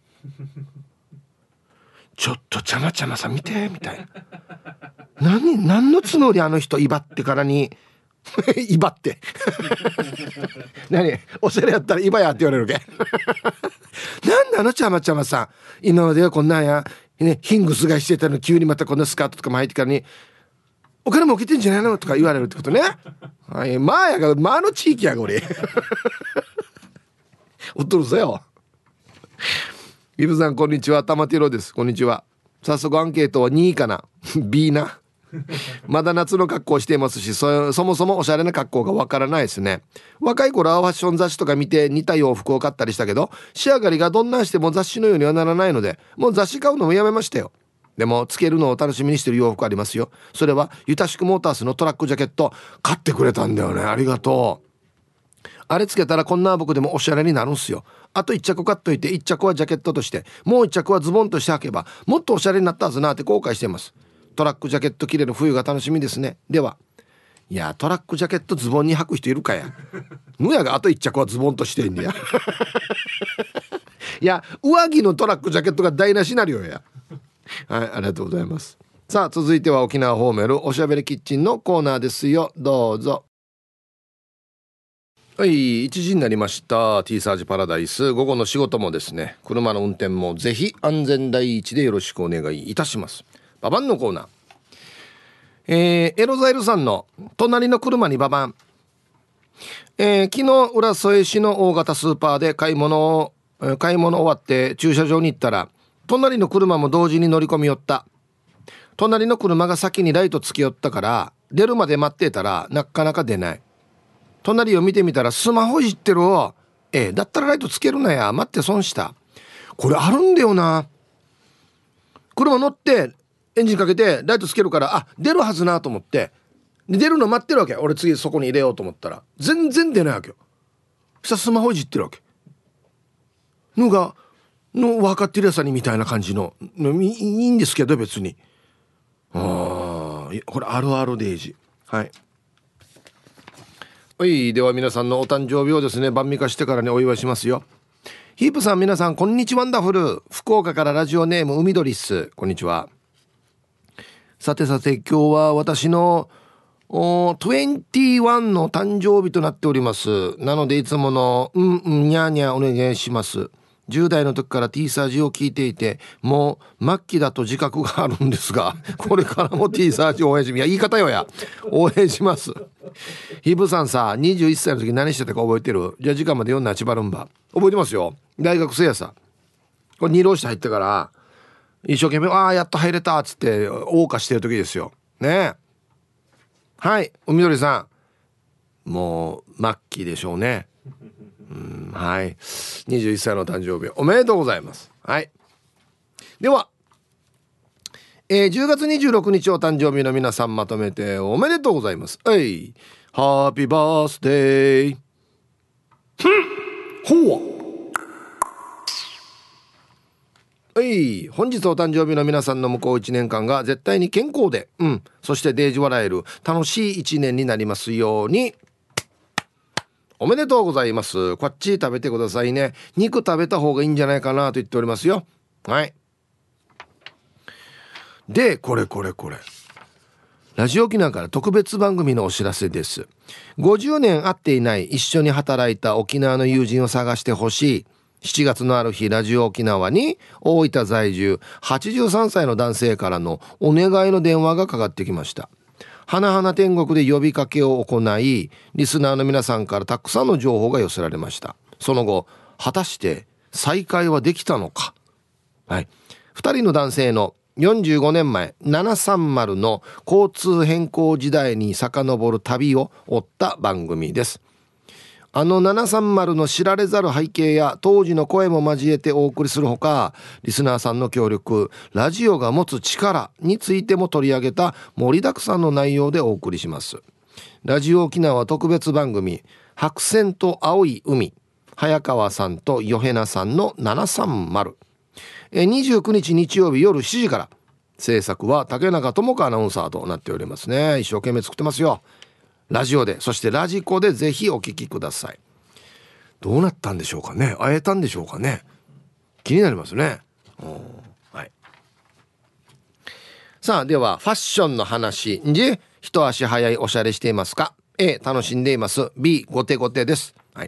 ちょっとちゃまちゃまさん見てみたいな。何何のつもりあの人威張ってからに威張って何おしゃれやったら威張やって言われるけなんであのちゃまちゃまさん今まではこんなんや、ね、ヒングス買いしてたの急にまたこんなスカートとかも履いてからにお金も受けてんじゃないのとか言われるってことね。はい、まあやがまあの地域やが俺おっとるぞよ。イブさんこんにちは、玉ティロです。こんにちは。早速アンケートはにいかなビー なまだ夏の格好していますし、 そ, そもそもおしゃれな格好がわからないですね。若い頃はファッション雑誌とか見て似た洋服を買ったりしたけど、仕上がりがどんなんしても雑誌のようにはならないので、もう雑誌買うのもやめましたよ。でもつけるのを楽しみにしてる洋服ありますよ。それはユタシクモータースのトラックジャケット、買ってくれたんだよね。ありがとう。あれつけたらこんな僕でもおしゃれになるんすよ。あといっ着買っといて、いっ着はジャケットとして、もういっ着はズボンとして履けばもっとおしゃれになったはずなって後悔しています。トラックジャケット着れる冬が楽しみですね。では。いやトラックジャケットズボンに履く人いるかや。ぬやがあといっ着はズボンとしてんだやいや上着のトラックジャケットが台無しになるよや。はい、ありがとうございます。さあ続いては沖縄ホーメルおしゃべりキッチンのコーナーですよ。どうぞ。はい、いちじになりました。 T サージパラダイス、午後の仕事もですね、車の運転もぜひ安全第一でよろしくお願いいたします。ババンのコーナー、えー、エロザイルさんの隣の車にババン、えー、昨日浦添市の大型スーパーで買い物を買い物終わって駐車場に行ったら、隣の車も同時に乗り込み寄った。隣の車が先にライトつけよったから出るまで待ってたらなかなか出ない。隣を見てみたらスマホいじってるわ。えー、だったらライトつけるなや、待って損した。これあるんだよな。車乗ってエンジンかけてライトつけるから、あ出るはずなと思ってで出るの待ってるわけ。俺次そこに入れようと思ったら全然出ないわけよ。そしたらスマホいじってるわけのがの分かってるやさにみたいな感じのいいんですけど別に。ああこれあるあるデイジ。はいはい、では皆さんのお誕生日をですね晩御飯してからにお祝いしますよ。ヒープさん皆さんこんにちは、ワンダフル。福岡からラジオネーム海鳥っす。こんにちは。さてさて今日は私のにじゅういちの誕生日となっております。なのでいつものうんうんにゃーにゃーお願いします。じゅう代の時から T サージを聞いていてもう末期だと自覚があるんですが、これからも T サージを応援します。いや言い方よや応援します。ヒブさんさにじゅういっさいの時何してたか覚えてる？じゃあ時間まで読んだ千葉ルンバ覚えてますよ。大学生やさ、これに浪して入ってから一生懸命ああやっと入れたっつって謳歌してる時ですよね。はい海鳥さんもう末期でしょうね。うんはいにじゅういっさいの誕生日おめでとうございます。はい、では、えー、じゅうがつにじゅうろくにちお誕生日の皆さんまとめておめでとうございます。はい、ハッピーバースデー。ほうはい、本日お誕生日の皆さんの向こういちねんかんが絶対に健康で、うん、そしてデージ笑える楽しいいちねんになりますように。おめでとうございます。こっち食べてくださいね。肉食べた方がいいんじゃないかなと言っておりますよ。はい。でこれこれこれラジオ沖縄から特別番組のお知らせです。ごじゅうねん会っていない一緒に働いた沖縄の友人を探してほしい。しちがつのある日ラジオ沖縄に大分在住はちじゅうさんさいの男性からのお願いの電話がかかってきました。花々天国で呼びかけを行い、リスナーの皆さんからたくさんの情報が寄せられました。その後果たして再会はできたのか。はい、ふたりの男性のよんじゅうごねんまえななさんまるの交通変更時代に遡る旅を追った番組です。あのななさんまるの知られざる背景や当時の声も交えてお送りするほか、リスナーさんの協力、ラジオが持つ力についても取り上げた盛りだくさんの内容でお送りします。ラジオ沖縄特別番組白線と青い海、早川さんとヨヘナさんのななさんまる、にじゅうくにち日曜日夜しちじから。制作は竹中智香アナウンサーとなっておりますね。一生懸命作ってますよ。ラジオで、そしてラジコでぜひお聞きください。 どうなったんでしょうかね。会えたんでしょうかね。気になりますね。はい。さあではファッションの話で一足早いおしゃれしていますか。 A 楽しんでいます。 B ゴテゴテです。はい。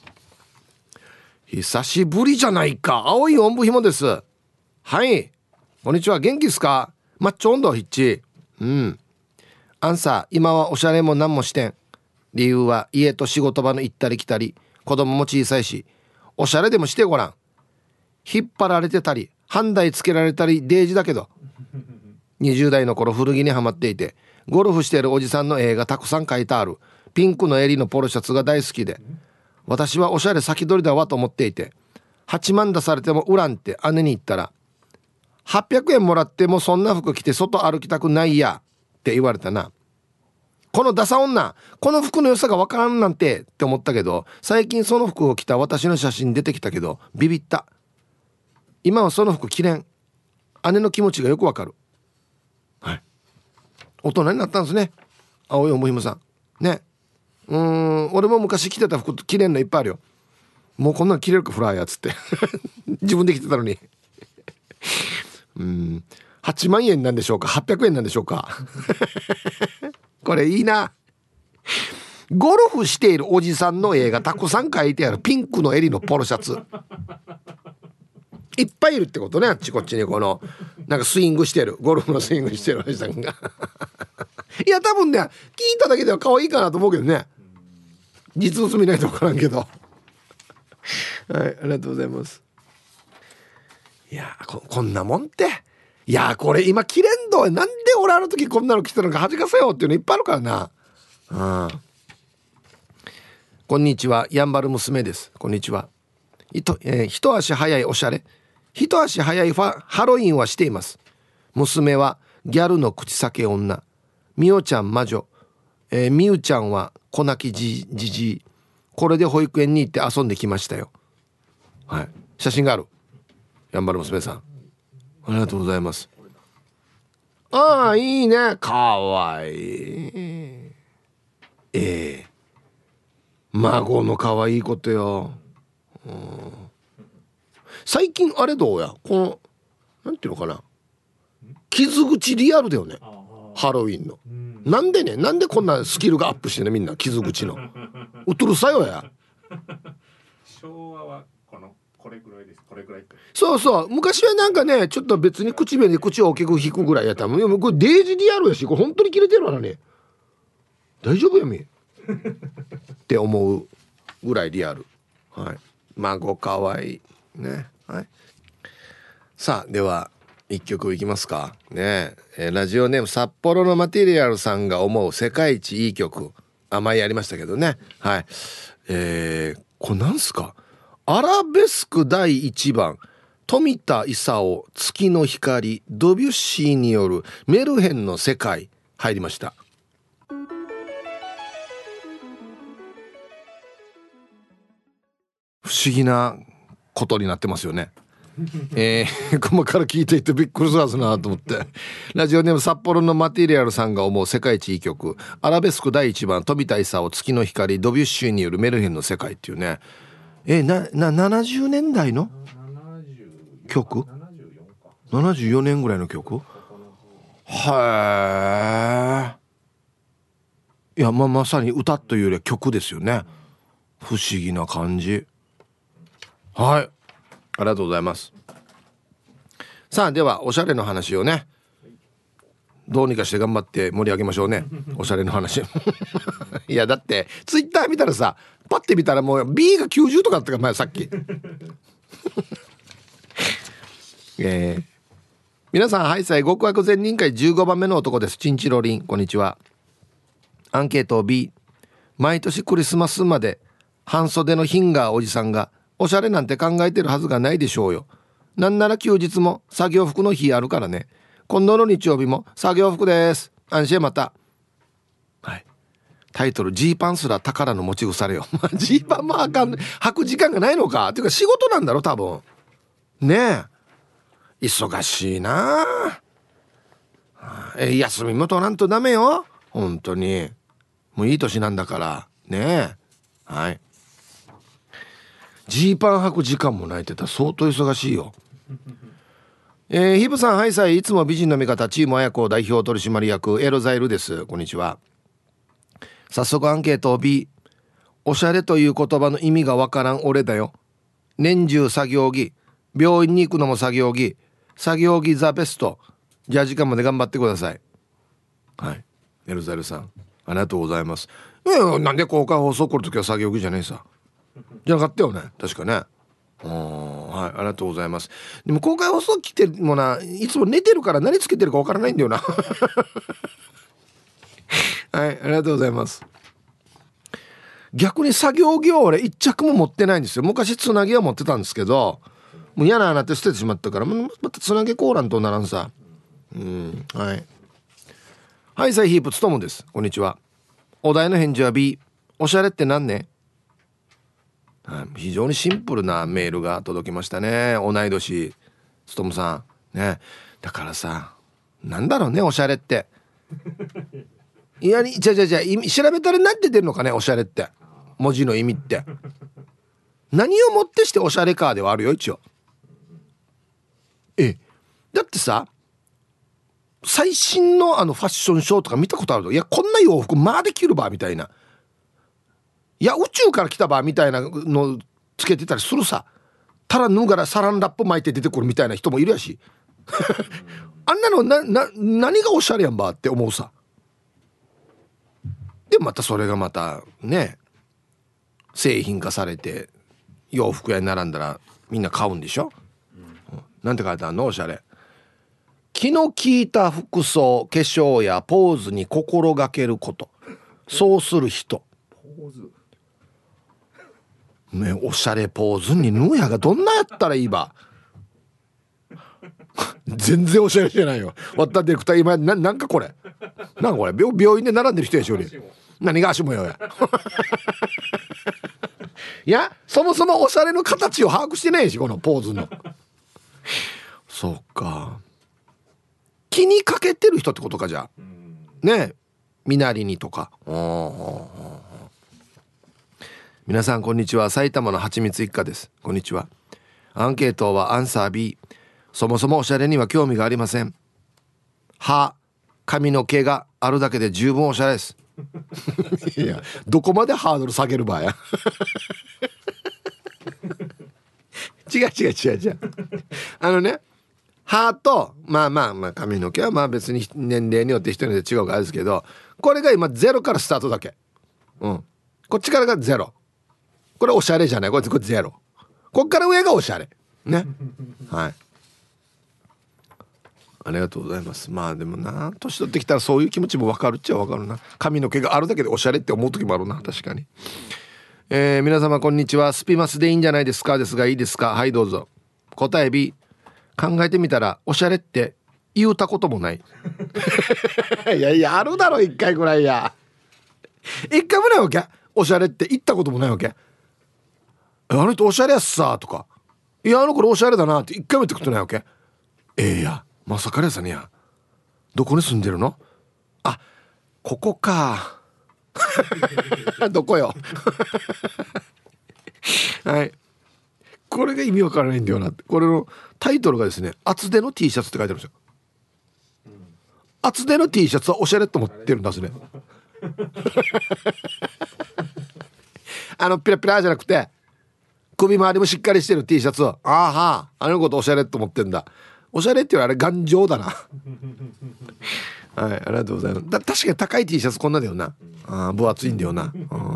久しぶりじゃないか。青いおんぶひもです。はい、こんにちは。元気ですか。マッチョ温度ヒッチ。うん。アンサー、今はおしゃれも何もしてん。理由は家と仕事場の行ったり来たり、子供も小さいし、おしゃれでもしてごらん。引っ張られてたりハンダイつけられたりデージだけど、にじゅう代の頃古着にはまっていて、ゴルフしているおじさんの絵がたくさん描いてあるピンクの襟のポロシャツが大好きで、私はおしゃれ先取りだわと思っていて、はちまん出されても売らんって姉に言ったら、はっぴゃくえんもらってもそんな服着て外歩きたくないやって言われたな。このダサ女、この服の良さがわからんなんてって思ったけど、最近その服を着た私の写真出てきたけどビビった。今はその服着れん。姉の気持ちがよくわかる。はい、大人になったんですね、青いおもひもさんね。うーん、俺も昔着てた服着れんのいっぱいあるよ。もうこんなん着れるかフライヤーつって自分で着てたのにうーん、はちまんえんなんでしょうか、はっぴゃくえんなんでしょうかこれいいな。ゴルフしているおじさんの絵がたくさん描いてあるピンクの襟のポロシャツいっぱいいるってことね。あっちこっちにこのなんかスイングしてる、ゴルフのスイングしてるおじさんがいや多分ね、聞いただけでは可愛いかなと思うけどね、実物見ないと分からんけどはい、ありがとうございます。いや こ, こんなもんって、いやこれ今着れんど、なんで俺あの時こんなの着たのか恥かせよっていうのいっぱいあるからな。うん、こんにちは、やんばる娘です。こんにちは。いと、えー、一足早いおしゃれ、一足早いファハロウィンはしています。娘はギャルの口裂け女、みおちゃん魔女、えー、みゆちゃんは子泣きじじじい。これで保育園に行って遊んできましたよ。はい、写真がある。やんばる娘さん、ありがとうございます。ああいいね、かわいい。ええー、孫のかわいいことよ。うん、最近あれどうや、このなんていうのかな、傷口リアルだよね、ハロウィンの。なんでね、なんでこんなスキルがアップしてね、みんな傷口のうとるさよや。 昭和はこのこれぐらいです、これぐらいって。 そうそう、昔はなんかね、ちょっと別に口紅で口を大きく引くぐらいやったもん。これデージリアルやし、これ本当に切れてるからね、大丈夫やみって思うぐらいリアル。はい、孫かわいいね。はい、さあでは一曲いきますかね。えー、ラジオネーム札幌のマテリアルさんが思う世界一いい曲、あ前やりましたけどね。はい、えー、これなんすか、アラベスクだいいちばん富田勲月の光、ドビュッシーによるメルヘンの世界入りました。不思議なことになってますよね。えー、細から聞いていてびっくりするはずなと思って。ラジオネーム札幌のマテリアルさんが思う世界一いい曲、アラベスクだいいちばん富田勲月の光、ドビュッシーによるメルヘンの世界っていうね。えー、ななななじゅうねんだいの曲、ななじゅうよねんぐらいの曲。はーいや、まあ、まさに歌というよりは曲ですよね。不思議な感じ。はい、ありがとうございます。さあではおしゃれの話をね、どうにかして頑張って盛り上げましょうねおしゃれの話いやだってツイッター見たらさ、パッて見たらもう ビー がきゅうじゅうとかあったから前さっきえー、皆さんハイサイ極悪善人会じゅうごばんめの男です。チンチロリン、こんにちは。アンケート B、 毎年クリスマスまで半袖のヒンガーおじさんがおしゃれなんて考えてるはずがないでしょうよ。なんなら休日も作業服の日あるからね。今度の日曜日も作業服です。安心また。はい、タイトル、ジーパンすら宝の持ち腐れよジーパンもあかん、履く時間がないのかっていうか仕事なんだろ多分ねえ、忙しいなあ。え休みも取らんとダメよ本当に。もういい年なんだからねえ。はい、 ジーパン履く時間もないって言ったら相当忙しいよ。えー、ヒブさん、ハイサイ、いつも美人の味方、チームあやこ代表取締役エロザイルです。こんにちは。早速アンケート B。 おしゃれという言葉の意味がわからん俺だよ。年中作業着、病院に行くのも作業着、作業着ザベスト。じゃあ時間まで頑張ってください。はい、エロザイルさん、ありがとうございます。いや、なんで公開放送来るときは作業着じゃないさ、じゃなかったよね、確かね。はい、ありがとうございます。でも公開放送来てもないつも寝てるから何つけてるかわからないんだよなはい、ありがとうございます。逆に作業着は俺一着も持ってないんですよ。昔つなぎは持ってたんですけど、もう嫌ななって捨ててしまったから、またつなぎコーランとならんさ。うん、はい。はい、サイヒープツトムです。こんにちは。お題の返事は B。 おしゃれって何ね。非常にシンプルなメールが届きましたね。同い年ストムさんね。だからさ、なんだろうね、おしゃれっていやに、じゃじゃじゃ調べたらなんて出るのかね、おしゃれって文字の意味って何をもってしておしゃれかではあるよ、一応。えだってさ、最新のあのファッションショーとか見たことあると、いやこんな洋服まあできるばみたいな、いや宇宙から来たばみたいなのつけてたりするさ。たら脱がらサランラップ巻いて出てくるみたいな人もいるやしあんなのなな何がおしゃれやんばって思うさ。でまたそれがまたね製品化されて洋服屋に並んだらみんな買うんでしょ、うん、なんて書いてあるの、おしゃれ。気の利いた服装、化粧やポーズに心がけること、そうする人。ポーズね、おしゃれポーズにヌーヤがどんなやったらいいば全然おしゃれじゃないよ。わったディレクター今 な, なんかこれなんかこれ 病, 病院で並んでる人やし、俺何が足もよやいやそもそもおしゃれの形を把握してないし、このポーズのそうか、気にかけてる人ってことか、じゃあね、身なりにとか。皆さんこんにちは、埼玉のはちみつ一家です。こんにちは。アンケートはアンサー B。 そもそもおしゃれには興味がありません。歯、髪の毛があるだけで十分おしゃれですいやどこまでハードル下げる場合や違う違う違う違うあのね、歯とまあまあまあ髪の毛はまあ別に年齢によって人によって違うからですけど、これが今ゼロからスタートだけ。うんこっちからがゼロ、これおしゃれじゃない、これこれゼロ、こっから上がおしゃれねはいありがとうございます。まあでもな、年取ってきたらそういう気持ちも分かるっちゃ分かるな。髪の毛があるだけでおしゃれって思う時もあるな、確かに。えー、皆様こんにちは。スピマスでいいんじゃないですかですが、いいですか。はいどうぞ。答え B。 考えてみたらおしゃれって言うたこともないいやいやあるだろ、一回ぐらいや一回もないわけ、おしゃれって言ったこともないわけ。あの人おしゃれやっさとか、いやあの子おしゃれだなって一回も言ったことないわけ。えー、やまさかやさねや、どこに住んでるの、あここかどこよはいこれが意味わからないんだよなって。これのタイトルがですね、厚手の T シャツって書いてあるんですよ。厚手の T シャツはおしゃれと思ってるんですねあのピラピラじゃなくて首周りもしっかりしてる T シャツを、あーはーあのことおしゃれと思ってんだ。おしゃれっていうのはあれ頑丈だなはいありがとうございます。だ確かに高い T シャツこんなだよな、あ分厚いんだよな。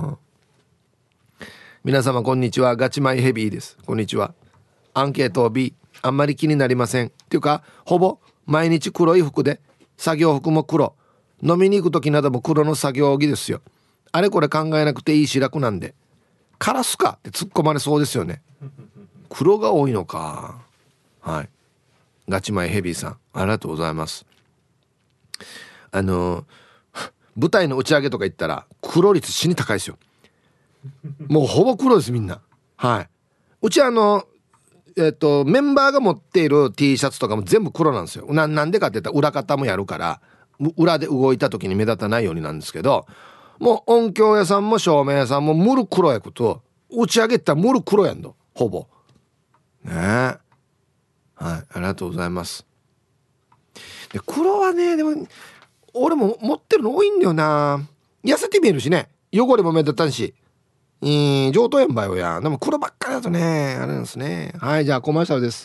皆様こんにちは、ガチマイヘビーです。こんにちは。アンケート B。 あんまり気になりませんっていうか、ほぼ毎日黒い服で、作業服も黒、飲みに行く時なども黒の作業着ですよ。あれこれ考えなくていいし楽なんで、カラスかって突っ込まれそうですよね。黒が多いのか。はい、ガチマイヘビーさんありがとうございます。あの舞台の打ち上げとか行ったら黒率死に高いですよ。もうほぼ黒ですみんな。はい、うちあのえっとメンバーが持っている T シャツとかも全部黒なんですよ。 な, なんでかって言ったら裏方もやるから、裏で動いた時に目立たないようになんですけど、もう音響屋さんも照明屋さんもムル黒やこと、打ち上げたらムル黒やんの。 ほぼね。はいありがとうございます。で黒はねでも俺も持ってるの多いんだよな。痩せて見えるしね、汚れも目立たんし、うん、上等やんばよや。でも黒ばっかりだとねあれなんですね。はい、じゃあコマーシャルです。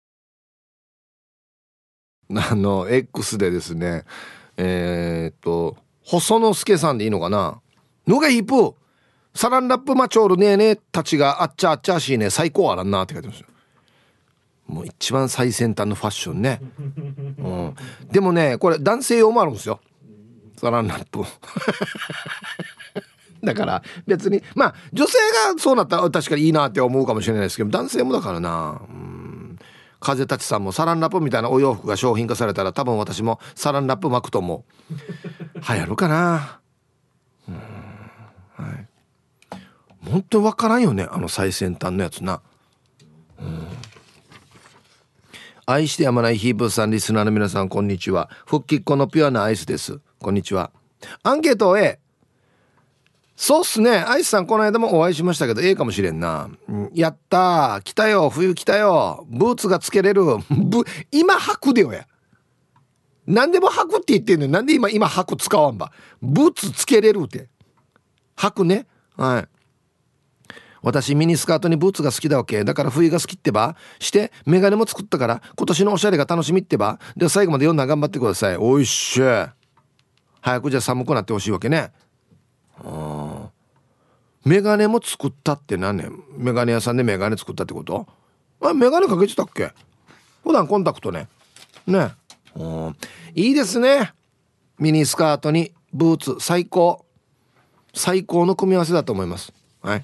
あの X でですね、えー、っと細野助さんでいいのかな、のがヒープサランラップマチョールねえねえたちがあっちゃあっちゃしいね最高あらんなって書いてますよ。もう一番最先端のファッションね、うん、でもねこれ男性用もあるんですよ、サランラップだから別にまあ女性がそうなったら確かにいいなって思うかもしれないですけど、男性もだからな。うん、風立ちさんもサランラップみたいなお洋服が商品化されたら多分私もサランラップ巻くと思う。流行るかな。うん、はい、本当に分からんよねあの最先端のやつな。うん、愛してやまないヒープーさん、リスナーの皆さんこんにちは。復帰っ子のピュアなアイスです。こんにちは。アンケート A、 そうっすね、アイスさんこの間もお会いしましたけど A かもしれんな、うん、やったー来たよ冬来たよブーツがつけれるブ今履くでよや、何でも履くって言ってんのになんで今今履く使わんば、ブーツつけれるって履くね。はい、私ミニスカートにブーツが好きだわけだから冬が好きってばしてメガネも作ったから今年のおしゃれが楽しみってばで最後まで読んだら頑張ってください。おいしい、早くじゃ寒くなってほしいわけね。あメガネも作ったって何ね、メガネ屋さんでメガネ作ったってこと？あメガネかけてたっけ普段コンタクトね。ねうんいいですね、ミニスカートにブーツ最高最高の組み合わせだと思います。はい、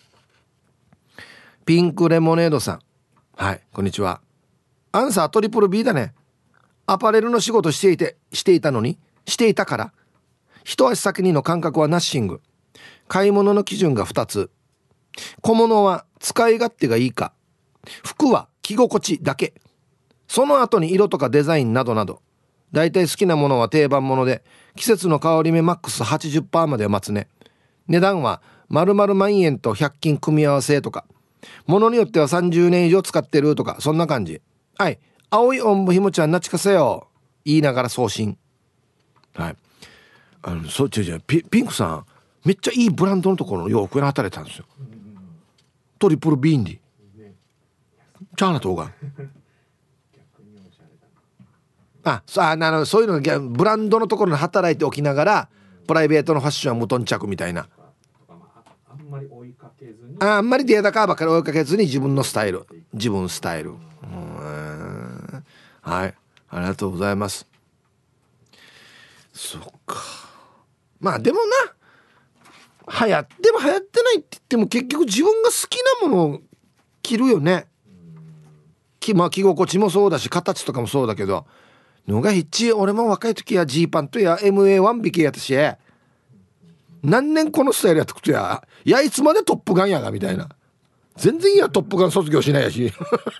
ピンクレモネードさん、はいこんにちは。アンサートリプル B だね。アパレルの仕事していてしていたのにしていたから一足先にの感覚はナッシング。買い物の基準がふたつ、小物は使い勝手がいいか、服は着心地だけ、その後に色とかデザインなどなど。だいたい好きなものは定番もので季節の香り目マックス はちじゅっパーセント までは待つね。値段は〇〇万円とひゃく均組み合わせとか、ものによってはさんじゅうねん以上使ってるとかそんな感じ。はい、青いおんぶひもちゃんなちかせよ言いながら送信。はい、あのそう違う違う ピ, ピンクさんめっちゃいいブランドのところの洋服に働いてたんですよ。トリプルビーンディチャーナ島があさああのそういうのがブランドのところに働いておきながらプライベートのファッションは無頓着みたいな。 あんまり追いかけずに、 あ, あんまりデータカーばっかり追いかけずに自分のスタイル自分スタイル。うんはいありがとうございます。そっかまあでもな流行っても流行ってないって言っても結局自分が好きなものを着るよね。き、まあ、着心地もそうだし形とかもそうだけどのがひっち俺も若い時はジーパンとや エムエーワン 引きやったし何年このスタイルやってくとやいやいつまでトップガンやがみたいな。全然いやトップガン卒業しないやし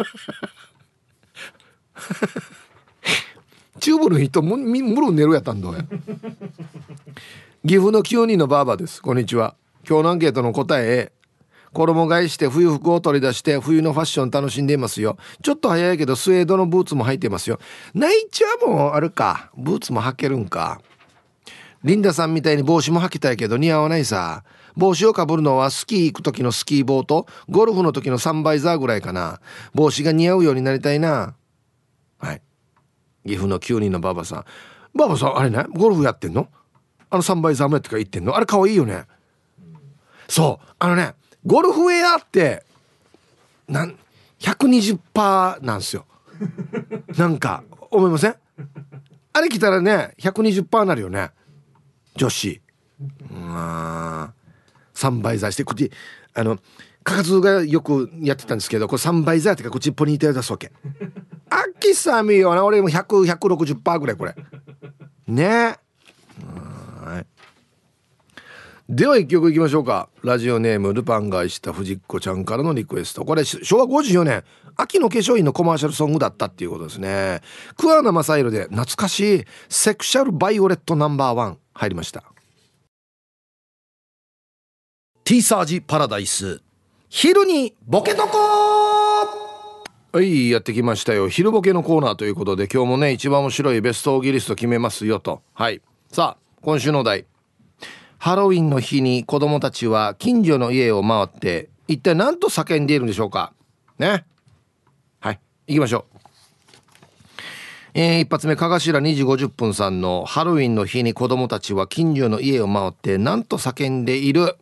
チューブの人むむる寝るやったんだよ岐阜のきゅうにんのバーバです。こんにちは。今日のアンケートの答え、衣替えして冬服を取り出して冬のファッション楽しんでいますよ。ちょっと早いけどスウェードのブーツも履いてますよ。ナイチはもうあるか、ブーツも履けるんか。リンダさんみたいに帽子も履きたいけど似合わないさ。帽子をかぶるのはスキー行く時のスキー帽とゴルフの時のサンバイザーぐらいかな。帽子が似合うようになりたいな。はい、岐阜のきゅうにんのバーバさん。バーバさんあれねゴルフやってんの？あのサンバイザーもやってから言ってんの？あれかわいいよね。そうあのねゴルフウェアってなんひゃくにじゅっパーセント なんですよなんか思いません？あれ着たらね ひゃくにじゅっパーセント になるよね女子。うんサンバイザーしてこっちあのカカズがよくやってたんですけどこれサンバイザーってかこっちポニーテール出すわけあっきさみよな俺もひゃく、ひゃくろくじゅっパーセント ぐらいこれね。はいでは一曲いきましょうか。ラジオネームルパンが愛した藤子ちゃんからのリクエスト。これしょうわごじゅうよねん秋の化粧品のコマーシャルソングだったっていうことですね。桑名正宏で懐かしいセクシャルバイオレットナンバーワン入りました。 T サージパラダイス昼にボケとこはい、やってきましたよ。昼ボケのコーナーということで、今日もね一番面白いベストオギリスト決めますよと。はい、さあ今週のお題、ハロウィンの日に子供たちは近所の家を回って一体何と叫んでいるんでしょうかね。はい、行きましょう。えー、一発目、かがしらにじごじゅっぷんさんのハロウィンの日に子供たちは近所の家を回って何と叫んでいる。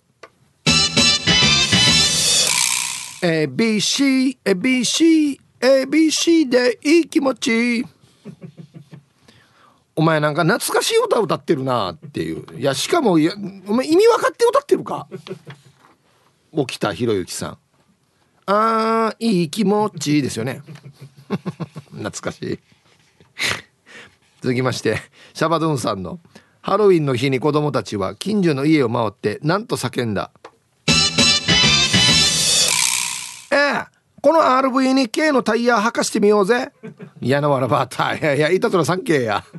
エービーシー エービーシー エービーシー でいい気持ちお前なんか懐かしい歌歌ってるなっていう。いやしかもいやお前意味分かって歌ってるか。沖田博之さん、あーいい気持ちですよね懐かしい続きまして、シャバドゥンさんのハロウィンの日に子供たちは近所の家を回って何と叫んだ。ええ、この アールブイ に K のタイヤ履かしてみようぜ。嫌なわらばたいやいやいたとら さんケー や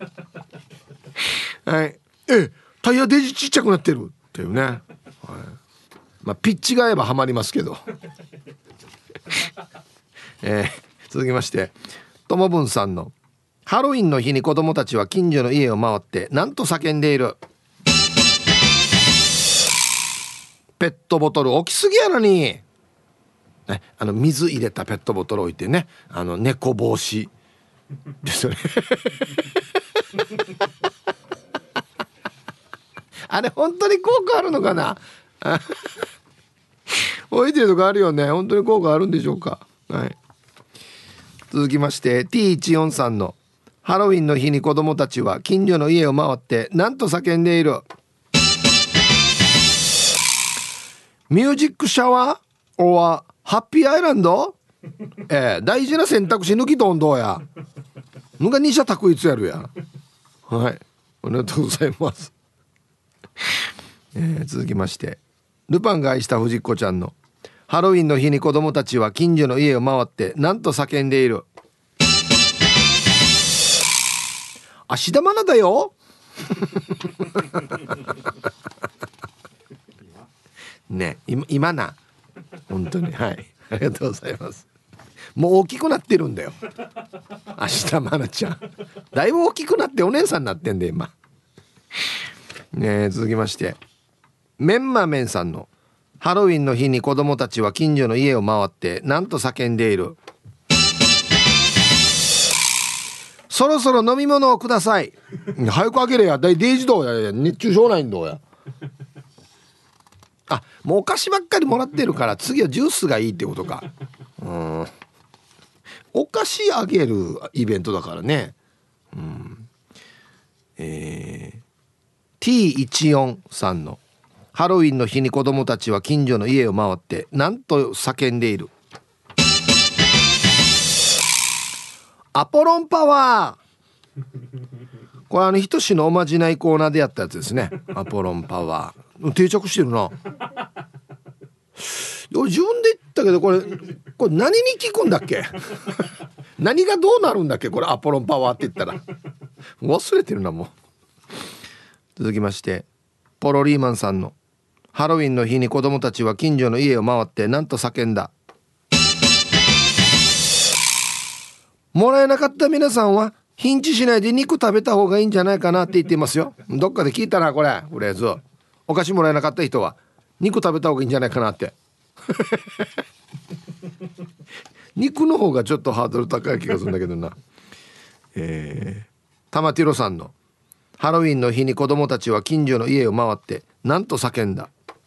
はい、えタイヤデジちっちゃくなってるっていうね、はい、まあピッチが合えばハマりますけどえー、続きまして、ともぶんさんのハロウィンの日に子供たちは近所の家を回って何と叫んでいる。ペットボトル置きすぎやのに、ね、あの水入れたペットボトル置いてね、あの猫防止ですよねあれ本当に効果あるのかな置いてるとこあるよね。本当に効果あるんでしょうか。はい、続きまして ティーいちよんさんのハロウィンの日に子供たちは近所の家を回って何と叫んでいる。ミュージックシャワーおはハッピーアイランドえー、大事な選択肢抜きとんどうやぬがに社択一やるや。はい、ありがとうございます、えー、続きましてルパンが愛した藤子ちゃんのハロウィンの日に子供たちは近所の家を回って何と叫んでいる。芦田愛菜だよね、今, 今な本当に、はい、ありがとうございます。もう大きくなってるんだよ芦田愛菜ちゃん、だいぶ大きくなってお姉さんになってんで今ね。続きましてメンマメンさんのハロウィンの日に子供たちは近所の家を回って何と叫んでいる。そろそろ飲み物をください。早くあげれや。大デイジどうやや熱中症ないんどうや。あ、もうお菓子ばっかりもらってるから次はジュースがいいってことか。うん、お菓子あげるイベントだからね。うん、えー、ティーいちよんさんのハロウィンの日に子供たちは近所の家を回って何と叫んでいる。アポロンパワーこれあのひとしのおまじないコーナーでやったやつですね。アポロンパワー定着してるな。俺自分で言ったけどこれこれ何に聞くんだっけ何がどうなるんだっけこれアポロンパワーって言ったら忘れてるなもう。続きましてポロリーマンさんのハロウィンの日に子供たちは近所の家を回って何と叫んだ。もらえなかった皆さんはヒンチしないで肉食べた方がいいんじゃないかなって言っていますよ。どっかで聞いたなこれ。とりあえずお菓子もらえなかった人は肉食べた方がいいんじゃないかなって肉の方がちょっとハードル高い気がするんだけどな。えー、玉ティロさんのハロウィンの日に子供たちは近所の家を回って何と叫んだ。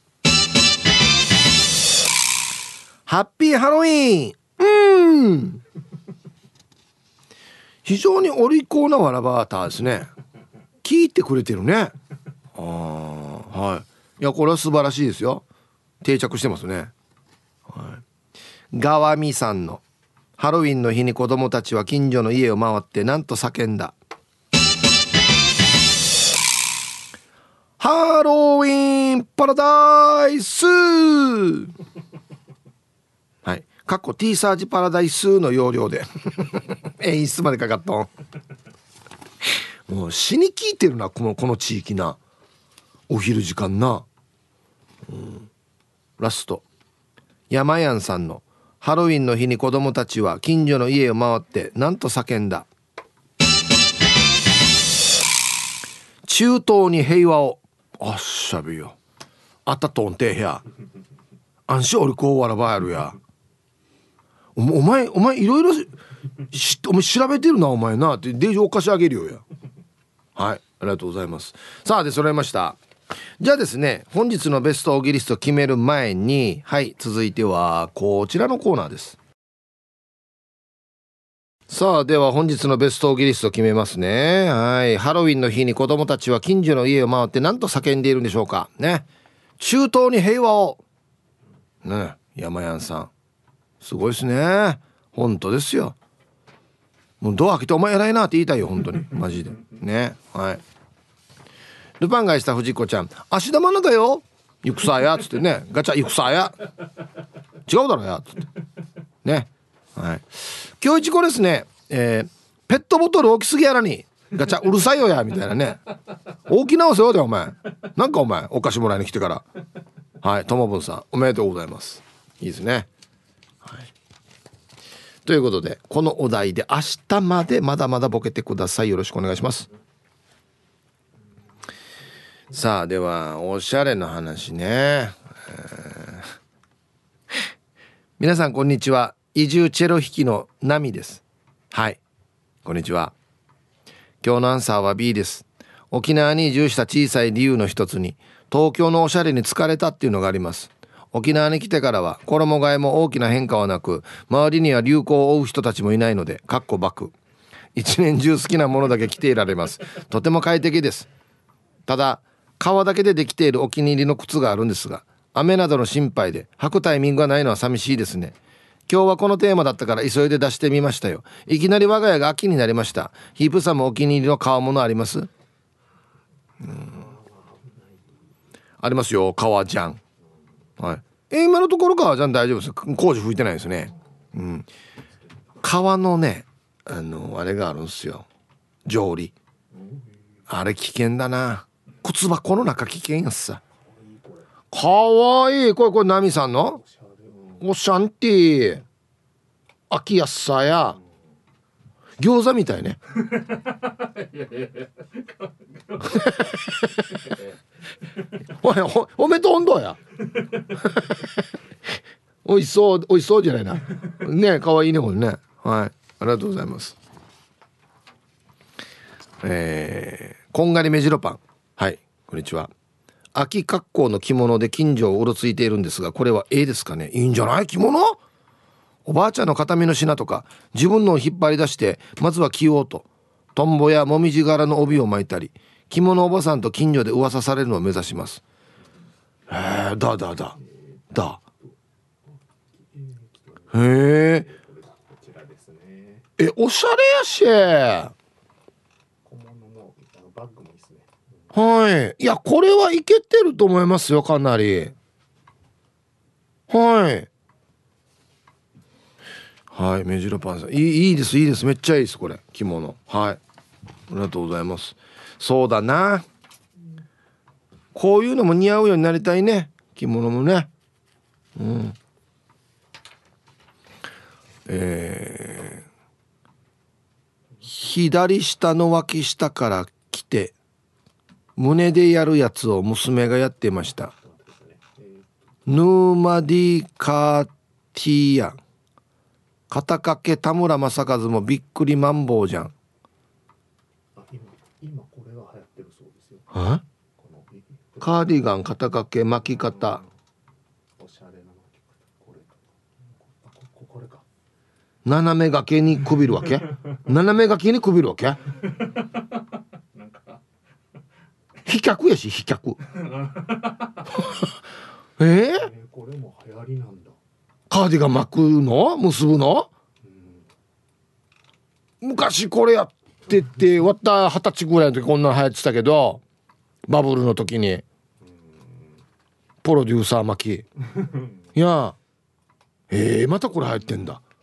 ハッピーハロウィン。うーん非常にお利口なわらばーターですね。聞いてくれてるね。あ、はい、いやこれは素晴らしいですよ。定着してますね。はい、ガワミさんのハロウィンの日に子供たちは近所の家を回って何と叫んだ。ハロウィンパラダイスはい、かっこ T サージパラダイスの要領で演出までかかったんもう死に聞いてるなこの、この地域なお昼時間な、うん、ラスト山やんさんのハロウィンの日に子供たちは近所の家を回ってなんと叫んだ。中東に平和を。あっしゃびよ。あったとんてや。あんしおりこうわらばやるや。お, お前お前いろいろしお前調べてるなお前なってデージお貸しあげるよや。はい、ありがとうございます。さあで揃いました。じゃあですね、本日のベストオギリスト決める前に、はい、続いてはこちらのコーナーです。さあでは本日のベストオギリスト決めますね。はい、ハロウィンの日に子供たちは近所の家を回って何と叫んでいるんでしょうかね。中東に平和をね。山やんさんすごいですね。本当ですよ。もうドア開けてお前偉いなって言いたいよ本当にマジでね。はい、ルパンがした藤子ちゃん、足玉なんだよ行くさやっつってね、ガチャ行くさや違うだろやっつってね。はい、今日一個ですね、えー、ペットボトル大きすぎやらにガチャうるさいよやみたいなね。大きなお世話だよお前、なんかお前お菓子もらいに来てから。はい、ともぶんさんおめでとうございます。いいですね。はい、ということでこのお題で明日までまだまだボケてください。よろしくお願いします。さあではおしゃれな話ね、えー、皆さんこんにちは。移住チェロ弾きのナミです。はい、こんにちは。今日のアンサーは B です。沖縄に移住した小さい理由の一つに東京のおしゃれに疲れたっていうのがあります。沖縄に来てからは衣替えも大きな変化はなく、周りには流行を追う人たちもいないのでかっこバク一年中好きなものだけ着ていられます。とても快適です。ただ革だけでできているお気に入りの靴があるんですが、雨などの心配で履くタイミングがないのは寂しいですね。今日はこのテーマだったから急いで出してみましたよ。いきなり我が家が秋になりました。ヒープさんもお気に入りの革物あります？うん、ありますよ革ジャン。はい、え今のところ革ジャン大丈夫です。工事吹いてないですね。うん、革のねあのあれがあるんですよ、定規。あれ危険だな。靴箱の中危険やっさ。かわいい。これこれナミさんのおシャンティー秋やっさや餃子みたいねおい お, おめと温度やおいしそうおいしそうじゃないなね。かわいいねこれね。はい、ありがとうございます。えー、こんがりめじろパン、はい、こんにちは。秋格好の着物で近所をうろついているんですが、これは A ですかね。いいんじゃない？着物おばあちゃんの形見の品とか自分のを引っ張り出してまずは着ようとトンボやもみじ柄の帯を巻いたり、着物おばさんと近所で噂されるのを目指します。へえ、だだだだへえ、えおしゃれやし。 バッグもいいですね。 はい、いやこれはいけてると思いますよ、かなり。はいはい、メジロパンさんいい、いいですいいです、めっちゃいいですこれ着物。はい、ありがとうございます。そうだな、こういうのも似合うようになりたいね、着物もね。うん、えー、左下の脇下から来て胸でやるやつを娘がやってました。ヌーマディカーティーヤン肩掛け田村正和もびっくりマンボウじゃん。 あ、今、今これが流行ってるそうですよ。 はカーディガン肩掛け巻き方、 おしゃれな巻き方、これあ こ, これか斜め掛けにくびるわけ斜め掛けにくびるわけなんか飛脚やし飛脚えー、 えー、これも流行りなんだ。 カーディガン巻くの結ぶの、うん、昔これやっててわった二十歳ぐらいの時こんなの流行ってたけど、バブルの時にプロデューサー巻きいやえー、またこれ流行ってんだ。